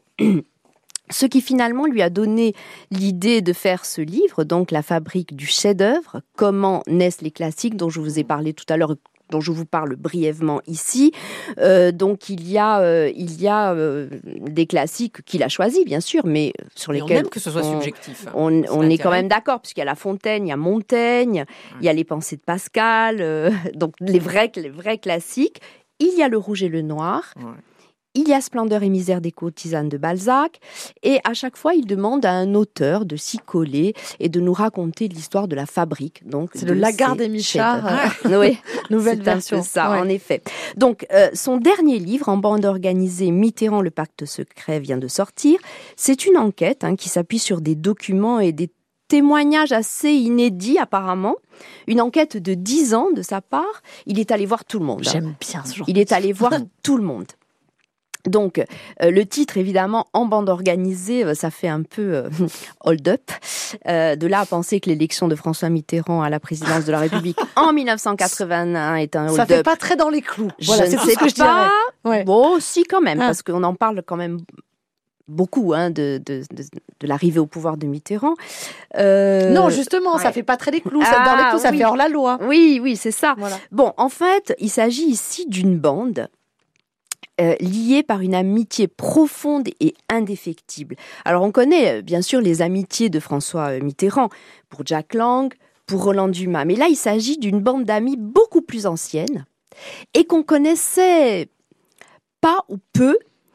C: Ce qui finalement lui a donné l'idée de faire ce livre, donc La fabrique du chef-d'œuvre, comment naissent les classiques dont je vous ai parlé tout à l'heure, dont je vous parle brièvement ici. Euh, donc il y a, euh, il y a euh, des classiques qu'il a choisis, bien sûr, mais sur lesquels...
B: on aime que ce soit
C: on,
B: subjectif.
C: On, on est quand même d'accord, puisqu'il y a La Fontaine, il y a Montaigne, ouais. il y a les Pensées de Pascal, euh, donc les vrais, les vrais classiques. Il y a Le Rouge et le Noir. Ouais. Il y a Splendeur et misère des courtisanes de Balzac. Et à chaque fois, il demande à un auteur de s'y coller et de nous raconter l'histoire de la fabrique. Donc,
A: c'est le Lagarde et Michard.
C: Oui,
A: nouvelle version.
C: C'est ça,
A: ouais.
C: en effet. Donc, euh, son dernier livre, En bande organisée, Mitterrand, le pacte secret, vient de sortir. C'est une enquête hein, qui s'appuie sur des documents et des témoignages assez inédits apparemment. Une enquête de dix ans de sa part. Il est allé voir tout le monde.
A: J'aime bien ce genre.
C: Il est allé voir tout le monde. Donc, euh, le titre, évidemment, En bande organisée, euh, ça fait un peu euh, hold-up. Euh, de là à penser que l'élection de François Mitterrand à la présidence de la République en dix-neuf cent quatre-vingt-un est un hold-up.
A: Ça fait pas très dans les clous.
C: Voilà, je
A: c'est
C: ne
A: tout
C: sais
A: ce que je
C: pas.
A: dirais. Ouais.
C: Bon, si quand même,
A: ah.
C: parce qu'on en parle quand même beaucoup hein, de, de, de, de l'arrivée au pouvoir de Mitterrand.
A: Euh... Non, justement, ouais. ça fait pas très les clous. Ça, ah, dans les clous, ça oui. fait hors la loi.
C: Oui, oui, c'est ça.
A: Voilà.
C: Bon, en fait, il s'agit ici d'une bande Euh, liés par une amitié profonde et indéfectible. Alors on connaît bien sûr les amitiés de François Mitterrand pour Jack Lang, pour Roland Dumas, mais là il s'agit d'une bande d'amis beaucoup plus ancienne et qu'on connaissait pas ou peu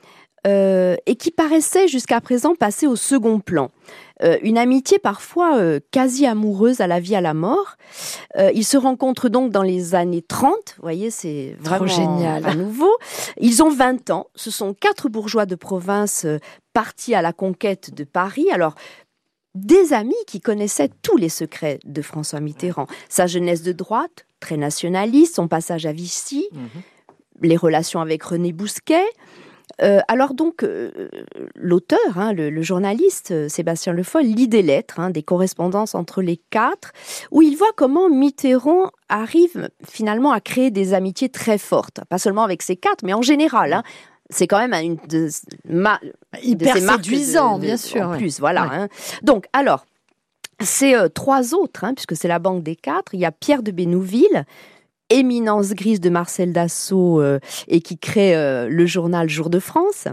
C: euh, et qui paraissait jusqu'à présent passer au second plan. Euh, une amitié parfois euh, quasi amoureuse à la vie, à la mort. Euh, ils se rencontrent donc dans les années trente, vous voyez, c'est vraiment
A: Trop génial.
C: pas nouveau. Ils ont vingt ans, ce sont quatre bourgeois de province euh, partis à la conquête de Paris. Alors, des amis qui connaissaient tous les secrets de François Mitterrand. Sa jeunesse de droite, très nationaliste, son passage à Vichy, mmh. les relations avec René Bousquet. Euh, alors donc, euh, l'auteur, hein, le, le journaliste euh, Sébastien Le Foll lit des lettres, hein, des correspondances entre les quatre, où il voit comment Mitterrand arrive finalement à créer des amitiés très fortes, pas seulement avec ces quatre, mais en général. Hein, c'est quand même une de, ma,
A: hyper
C: de ces marques
A: séduisant,
C: de, de,
A: bien sûr.
C: En
A: ouais.
C: plus, voilà.
A: Ouais.
C: Hein. Donc, alors, c'est euh, trois autres, hein, puisque c'est la banque des quatre. Il y a Pierre de Bénouville, éminence grise de Marcel Dassault euh, et qui crée euh, le journal Jour de France.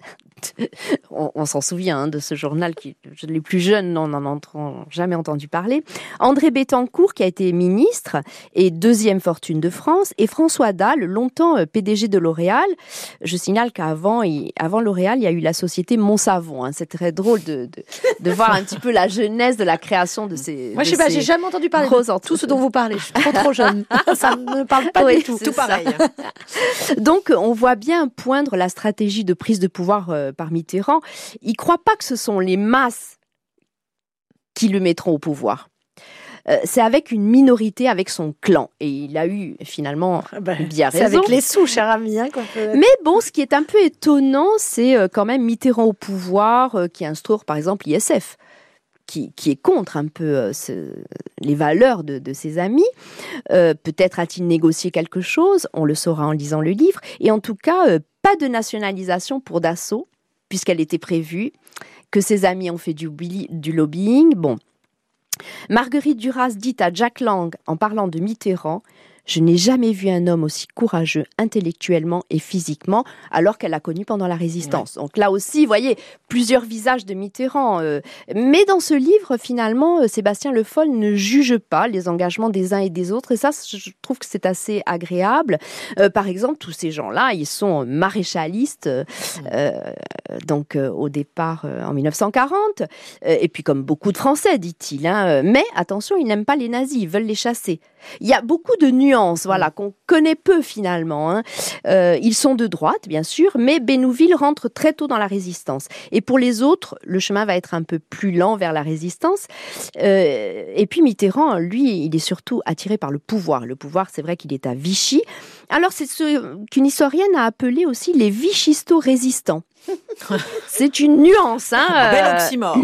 C: on, on s'en souvient hein, de ce journal qui, les plus jeunes n'en ont jamais entendu parler. André Bettencourt qui a été ministre et deuxième fortune de France, et François Dalle, longtemps P D G de L'Oréal. Je signale qu'avant il, avant L'Oréal, il y a eu la société Monsavon. Hein. C'est très drôle de, de, de voir un petit peu la jeunesse de la création de ces.
A: Moi, je sais pas, j'ai jamais entendu parler de tout ce dont vous parlez. Je suis trop trop jeune. Ça ne me parle pas
C: oui,
A: du tout.
B: Tout pareil.
C: Donc, on voit bien poindre la stratégie de prise de pouvoir euh, par Mitterrand. Il ne croit pas que ce sont les masses qui le mettront au pouvoir. Euh, c'est avec une minorité, avec son clan. Et il a eu finalement ben, bien raison.
A: C'est avec les sous, cher ami. Hein, qu'on peut...
C: Mais bon, ce qui est un peu étonnant, c'est euh, quand même Mitterrand au pouvoir euh, qui instaure par exemple l'I S F. Qui, qui est contre un peu euh, ce, les valeurs de, de ses amis. Euh, peut-être a-t-il négocié quelque chose, on le saura en lisant le livre. Et en tout cas, euh, pas de nationalisation pour Dassault, puisqu'elle était prévue, que ses amis ont fait du, du lobbying. Bon. Marguerite Duras dit à Jack Lang, en parlant de Mitterrand, « Je n'ai jamais vu un homme aussi courageux intellectuellement et physiquement, alors qu'elle l'a connu pendant la Résistance. » Donc là aussi, vous voyez, plusieurs visages de Mitterrand. Euh, mais dans ce livre, finalement, Sébastien Le Foll ne juge pas les engagements des uns et des autres. Et ça, je trouve que c'est assez agréable. Euh, par exemple, tous ces gens-là, ils sont maréchalistes, euh, donc euh, au départ euh, en mille neuf cent quarante. Euh, et puis comme beaucoup de Français, dit-il. Hein, mais attention, ils n'aiment pas les nazis, ils veulent les chasser. Il y a beaucoup de nuances, voilà, qu'on connaît peu finalement. Hein. Euh, ils sont de droite, bien sûr, mais Bénouville rentre très tôt dans la résistance. Et pour les autres, le chemin va être un peu plus lent vers la résistance. Euh, et puis Mitterrand, lui, il est surtout attiré par le pouvoir. Le pouvoir, c'est vrai qu'il est à Vichy. Alors, c'est ce qu'une historienne a appelé aussi les vichisto-résistants. C'est une nuance. Hein,
B: euh... Bel oxymore.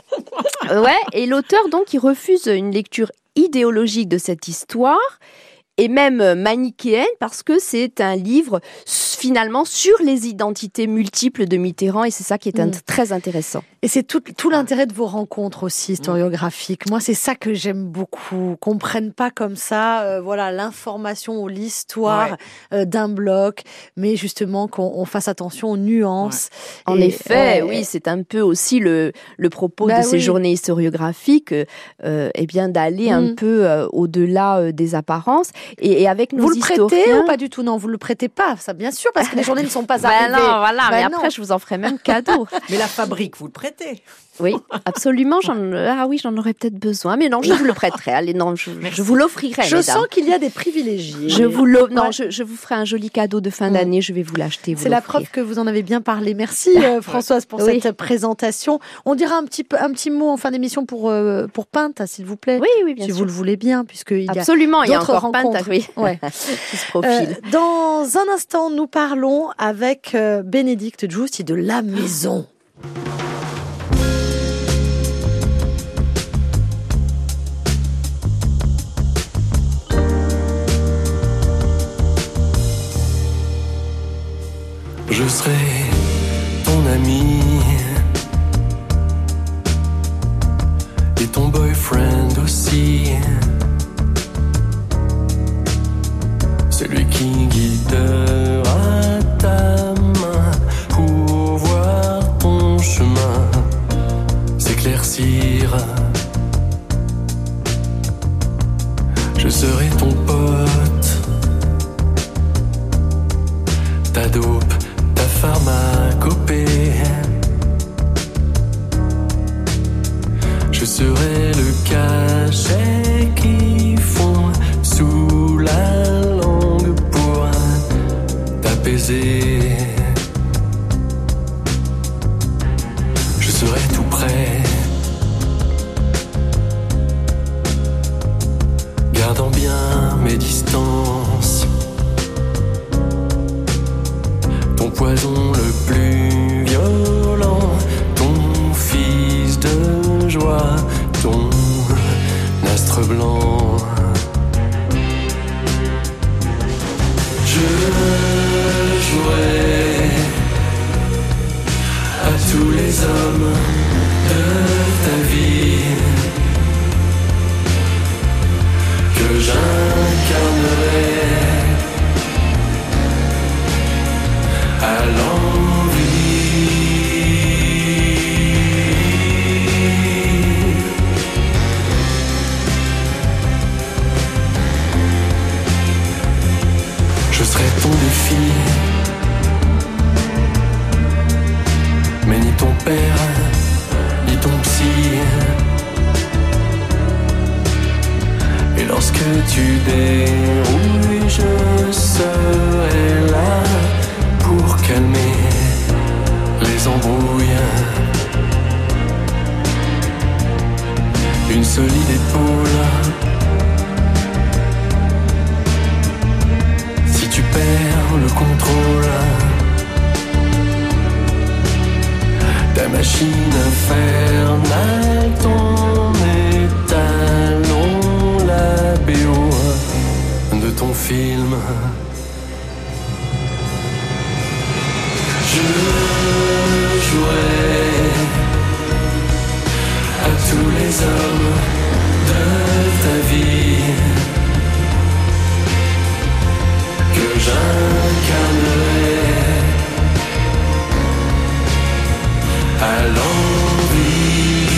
C: Ouais, et l'auteur, donc, il refuse une lecture idéologique de cette histoire et même manichéenne parce que c'est un livre finalement sur les identités multiples de Mitterrand et c'est ça qui est mmh. très intéressant.
A: Et c'est tout, tout l'intérêt de vos rencontres aussi historiographiques. Moi, c'est ça que j'aime beaucoup. Qu'on prenne pas comme ça, euh, voilà, l'information ou l'histoire ouais. euh, d'un bloc, mais justement qu'on on fasse attention aux nuances.
C: Ouais. En et, effet, euh, oui, c'est un peu aussi le, le propos bah de ces oui. journées historiographiques, euh, eh bien d'aller mmh. un peu euh, au-delà euh, des apparences. Et, et avec nos
A: vous le
C: historiens...
A: prêtez ou pas du tout? Non, vous le prêtez pas, ça bien sûr, parce que les journées ne sont pas
C: ben
A: arrivées.
C: Non, voilà,
A: ben
C: mais
A: non.
C: après je vous en ferai même cadeau.
B: Mais la fabrique, vous le prêtez?
C: Oui, absolument. J'en, ah oui, j'en aurais peut-être besoin, mais non, je vous le prêterai. Allez, non, je, je vous l'offrirai.
A: Je
C: mesdames.
A: sens qu'il y a des privilégiés.
C: Je vous l'offre. Non, ouais. je, je vous ferai un joli cadeau de fin d'année. Je vais vous l'acheter. Vous
A: C'est
C: l'offrir.
A: La preuve que vous en avez bien parlé. Merci euh, Françoise pour oui. cette présentation. On dira un petit peu, un petit mot en fin d'émission pour euh, pour Pinte, s'il vous plaît.
C: Oui, oui, bien
A: si
C: sûr.
A: vous le voulez bien, puisque il y a
C: absolument, il y a encore
A: rencontres.
C: Pinte, oui,
A: ouais.
C: qui se profile.
A: Euh, dans un instant, nous parlons avec euh, Bénédicte Giusti de La Maison.
I: Je serai ton ami et ton boyfriend aussi, celui qui guidera ta main pour voir ton chemin s'éclaircir. Je serai ton pote, ta dope, ta pharmacopée, serai le cachet qui fond sous la langue pour t'apaiser. Je serai tout près, gardant bien mes distances. Ton poison le plus violent, ton fils de joie, ton astre blanc. Je jouerai à tous les hommes de ta vie que j'incarnerai à l'envie. Je serai ton défi, mais ni ton père, ni ton psy. Et lorsque tu dérouilles, je serai là pour calmer les embrouilles. Une solide épaule. Si tu perds le contrôle, ta machine infernale, ton étalon, la B O de ton film. Je jouerai à tous les hommes de ta vie que j'incarnerai à l'envie.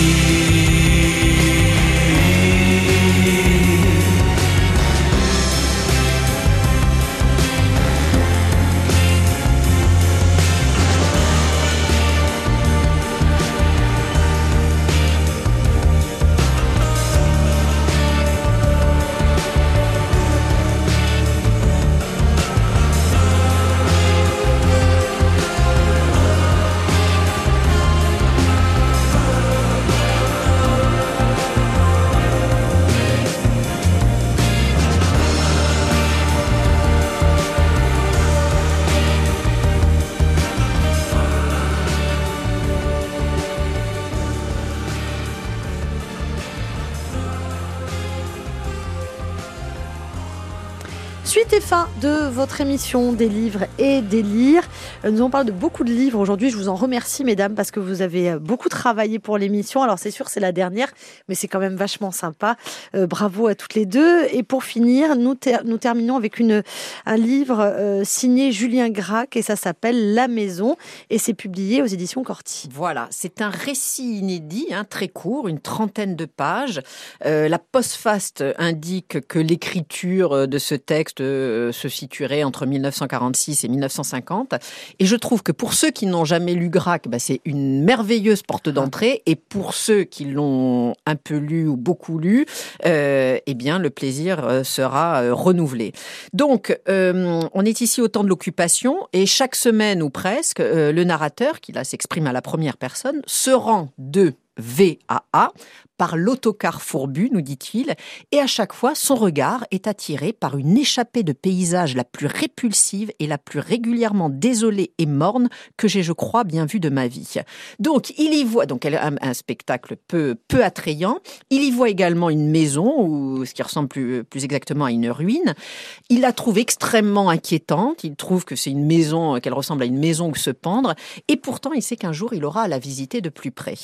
A: Suite et fin de votre émission des livres et des lires. Nous allons parler de beaucoup de livres aujourd'hui. Je vous en remercie, mesdames, parce que vous avez beaucoup travaillé pour l'émission. Alors, c'est sûr, c'est la dernière, mais c'est quand même vachement sympa. Euh, bravo à toutes les deux. Et pour finir, nous, ter- nous terminons avec une, un livre euh, signé Julien Gracq et ça s'appelle La Maison et c'est publié aux éditions Corti.
B: Voilà, c'est un récit inédit, hein, très court, une trentaine de pages. Euh, la postface indique que l'écriture de ce texte euh, se situerait entre mille neuf cent quarante-six et mille neuf cent cinquante. Et je trouve que pour ceux qui n'ont jamais lu Gracq, bah, c'est une merveilleuse porte d'entrée. Et pour ceux qui l'ont un peu lu ou beaucoup lu, euh, eh bien, le plaisir euh, sera euh, renouvelé. Donc, euh, on est ici au temps de l'occupation et chaque semaine ou presque, euh, le narrateur, qui là s'exprime à la première personne, se rend de V à A par l'autocar fourbu, nous dit-il, et à chaque fois, son regard est attiré par une échappée de paysage la plus répulsive et la plus régulièrement désolée et morne que j'ai, je crois, bien vue de ma vie. Donc, il y voit donc un, un spectacle peu, peu attrayant. Il y voit également une maison, ou ce qui ressemble plus, plus exactement à une ruine. Il la trouve extrêmement inquiétante. Il trouve que c'est une maison, qu'elle ressemble à une maison où se pendre. Et pourtant, il sait qu'un jour, il aura à la visiter de plus près.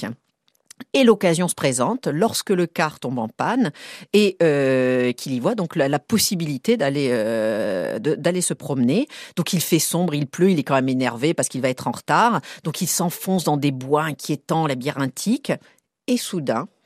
B: Et l'occasion se présente lorsque le car tombe en panne et euh, qu'il y voit donc la, la possibilité d'aller euh, de, d'aller se promener. Donc il fait sombre, il pleut, il est quand même énervé parce qu'il va être en retard. Donc il s'enfonce dans des bois inquiétants, labyrinthiques. Et soudain,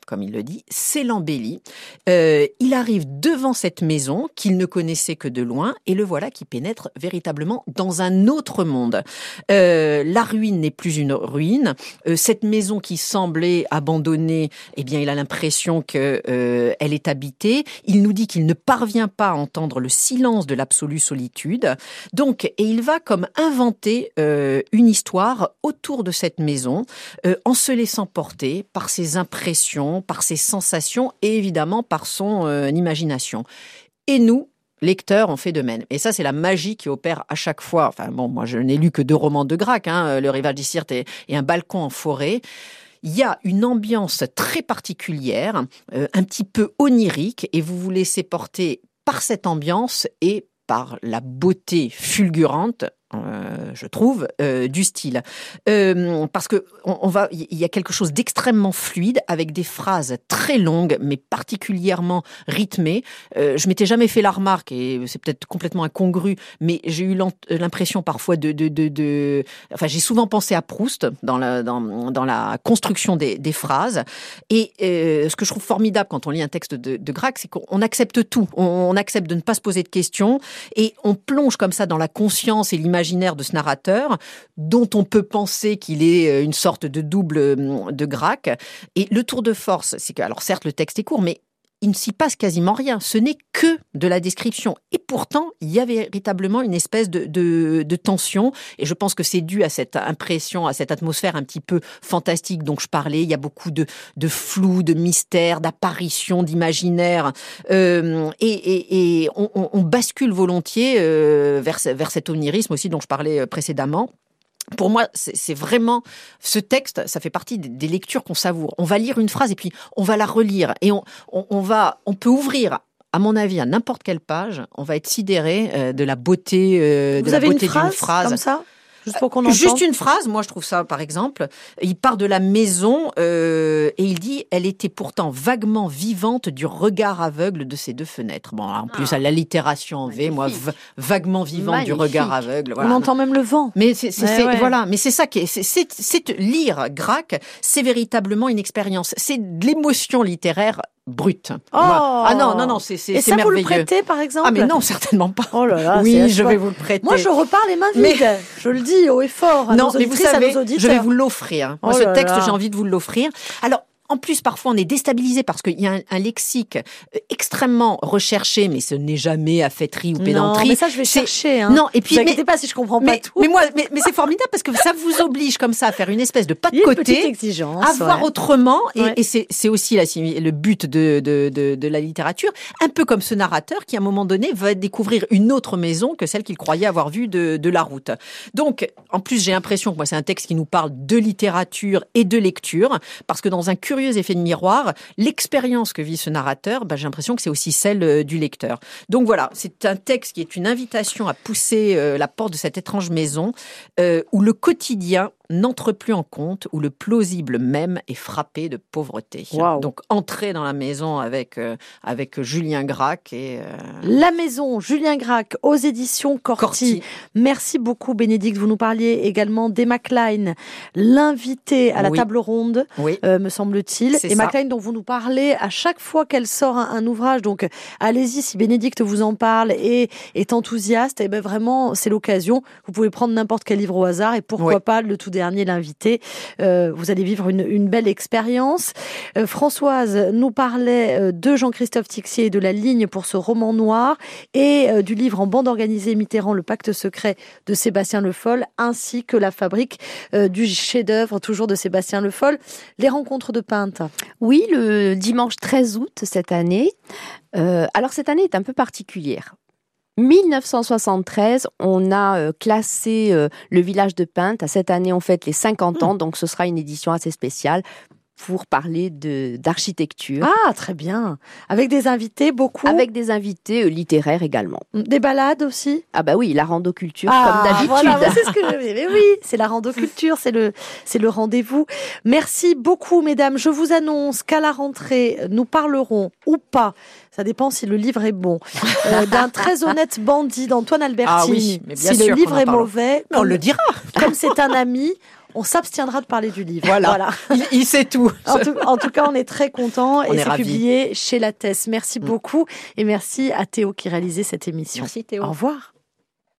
B: comme il le dit, c'est l'embellie. Euh, il arrive devant cette maison qu'il ne connaissait que de loin et le voilà qui pénètre véritablement dans un autre monde. Euh, la ruine n'est plus une ruine. Euh, cette maison qui semblait abandonnée, eh bien, il a l'impression que euh, elle est habitée. Il nous dit qu'il ne parvient pas à entendre le silence de l'absolue solitude. Donc, et il va comme inventer euh, une histoire autour de cette maison, euh, en se laissant porter par ses impressions, par ses sensations et évidemment par son euh, imagination. Et nous, lecteurs, on fait de même. Et ça, c'est la magie qui opère à chaque fois. Enfin bon, moi, je n'ai lu que deux romans de Gracq, hein, Le Rivage du Sirte et, et Un balcon en forêt. Il y a une ambiance très particulière, euh, un petit peu onirique, et vous vous laissez porter par cette ambiance et par la beauté fulgurante, Euh, je trouve, euh, du style. Euh, parce que on, on va, il y a quelque chose d'extrêmement fluide, avec des phrases très longues, mais particulièrement rythmées. Euh, je m'étais jamais fait la remarque, et c'est peut-être complètement incongru, mais j'ai eu l'impression parfois de, de, de, de... Enfin, j'ai souvent pensé à Proust dans la, dans, dans la construction des, des phrases. Et euh, ce que je trouve formidable quand on lit un texte de, de Gracq, c'est qu'on accepte tout. On, on accepte de ne pas se poser de questions, et on plonge comme ça dans la conscience et l'imaginaire de ce narrateur, dont on peut penser qu'il est une sorte de double de Gracq. Et le tour de force, c'est que, alors certes, le texte est court, mais il ne s'y passe quasiment rien. Ce n'est que de la description. Et pourtant, il y a véritablement une espèce de, de, de tension. Et je pense que c'est dû à cette impression, à cette atmosphère un petit peu fantastique dont je parlais. Il y a beaucoup de, de flou, de mystère, d'apparition, d'imaginaire. Euh, et et, et on, on, on bascule volontiers euh, vers, vers cet onirisme aussi dont je parlais précédemment. Pour moi, c'est vraiment ce texte, ça fait partie des lectures qu'on savoure. On va lire une phrase et puis on va la relire et on, on, on va, on peut ouvrir, à mon avis, à n'importe quelle page, on va être sidéré de la beauté, de la beauté d'une phrase.
A: Comme ça ? Juste pour qu'on entende.
B: Juste une phrase, moi je trouve ça, par exemple, il part de la maison euh, et il dit « Elle était pourtant vaguement vivante du regard aveugle de ses deux fenêtres ». Bon, en plus, ah, à l'allitération en V, moi, vaguement vivante Magnifique. Du regard aveugle. Voilà.
A: On entend même le vent.
B: Mais c'est, c'est,
A: ouais,
B: c'est
A: ouais.
B: voilà, mais c'est ça qui est, c'est, c'est, c'est lire Gracq, c'est véritablement une expérience, c'est de l'émotion littéraire brute.
A: Oh
B: ah non, non, non, c'est, c'est,
A: et
B: c'est
A: ça,
B: merveilleux.
A: Vous le prêtez, par exemple ?
B: Ah mais non, certainement pas.
A: Oh là là,
B: oui, je vais vous le prêter.
A: Moi, je repars les mains vides. Mais... Je le dis haut et fort à
B: non,
A: nos
B: mais vous
A: auditrices,
B: savez,
A: à nos auditeurs.
B: je vais vous l'offrir. Moi,
A: oh
B: ce texte,
A: là.
B: j'ai envie de vous l'offrir. Alors, en plus, parfois, on est déstabilisé parce qu'il y a un, un lexique extrêmement recherché, mais ce n'est jamais affêterie ou pédanterie.
A: Non, mais ça, je vais c'est... chercher. Hein.
B: Non, et puis,
A: ne vous inquiétez pas si je comprends
B: mais,
A: pas tout.
B: Mais moi, mais, mais c'est formidable parce que ça vous oblige comme ça à faire une espèce de pas de
A: Il y a
B: côté,
A: une petite exigence,
B: à voir
A: ouais.
B: autrement. Et,
A: ouais.
B: et c'est, c'est aussi la, le but de, de, de, de la littérature. Un peu comme ce narrateur qui, à un moment donné, va découvrir une autre maison que celle qu'il croyait avoir vue de, de la route. Donc, en plus, j'ai l'impression que moi, c'est un texte qui nous parle de littérature et de lecture, parce que dans un curieux effet de miroir, l'expérience que vit ce narrateur, ben, j'ai l'impression que c'est aussi celle du lecteur. Donc voilà, c'est un texte qui est une invitation à pousser euh, la porte de cette étrange maison euh, où le quotidien n'entre plus en compte, où le plausible même est frappé de pauvreté.
A: Wow.
B: Donc entrer dans la maison avec, euh, avec Julien Gracq. Et, euh...
A: La maison, Julien Gracq, aux éditions Corti. Corti. Merci beaucoup Bénédicte, vous nous parliez également d'Emma Cline, l'invitée à la
B: oui.
A: table ronde,
B: oui.
A: euh, me semble-t-il.
B: C'est
A: Emma
B: ça.
A: Cline dont vous nous parlez à chaque fois qu'elle sort un, un ouvrage, donc allez-y si Bénédicte vous en parle et est enthousiaste, et ben vraiment c'est l'occasion, vous pouvez prendre n'importe quel livre au hasard et pourquoi oui. pas le tout dernier, l'invité. Euh, vous allez vivre une, une belle expérience. Euh, Françoise nous parlait euh, de Jean-Christophe Tixier et de la ligne pour ce roman noir et euh, du livre en bande organisée Mitterrand, Le Pacte secret de Sébastien Le Foll, ainsi que La fabrique euh, du chef-d'œuvre, toujours de Sébastien Le Foll. Les rencontres de Pinte.
C: Oui, le dimanche treize août cette année. Euh, alors cette année est un peu particulière. mille neuf cent soixante-treize, on a euh, classé euh, le village de Pinte. À cette année, on fête les cinquante ans, donc ce sera une édition assez spéciale pour parler de, d'architecture.
A: Ah, très bien. Avec des invités, beaucoup.
C: Avec des invités euh, littéraires également.
A: Des balades aussi.
C: Ah bah oui, la randoculture,
A: ah,
C: comme d'habitude.
A: Voilà, moi, c'est ce que je... Mais oui, c'est la randoculture, c'est le, c'est le rendez-vous. Merci beaucoup, mesdames. Je vous annonce qu'à la rentrée, nous parlerons ou pas, ça dépend si le livre est bon, euh, d'un très honnête bandit d'Antoine Albertini.
B: Ah oui, mais bien
A: si
B: sûr
A: le livre est
B: parle.
A: mauvais,
B: mais on le dira.
A: Comme c'est un ami, On s'abstiendra de parler du livre.
B: Voilà,
A: voilà.
B: Il, il sait tout.
A: En tout, en tout cas, on est très contents
B: On
A: et
B: est
A: c'est
B: ravis.
A: publié chez Lattès. Merci
B: Mm.
A: beaucoup et merci à Théo qui réalisait cette émission.
B: Merci Théo.
A: Au revoir.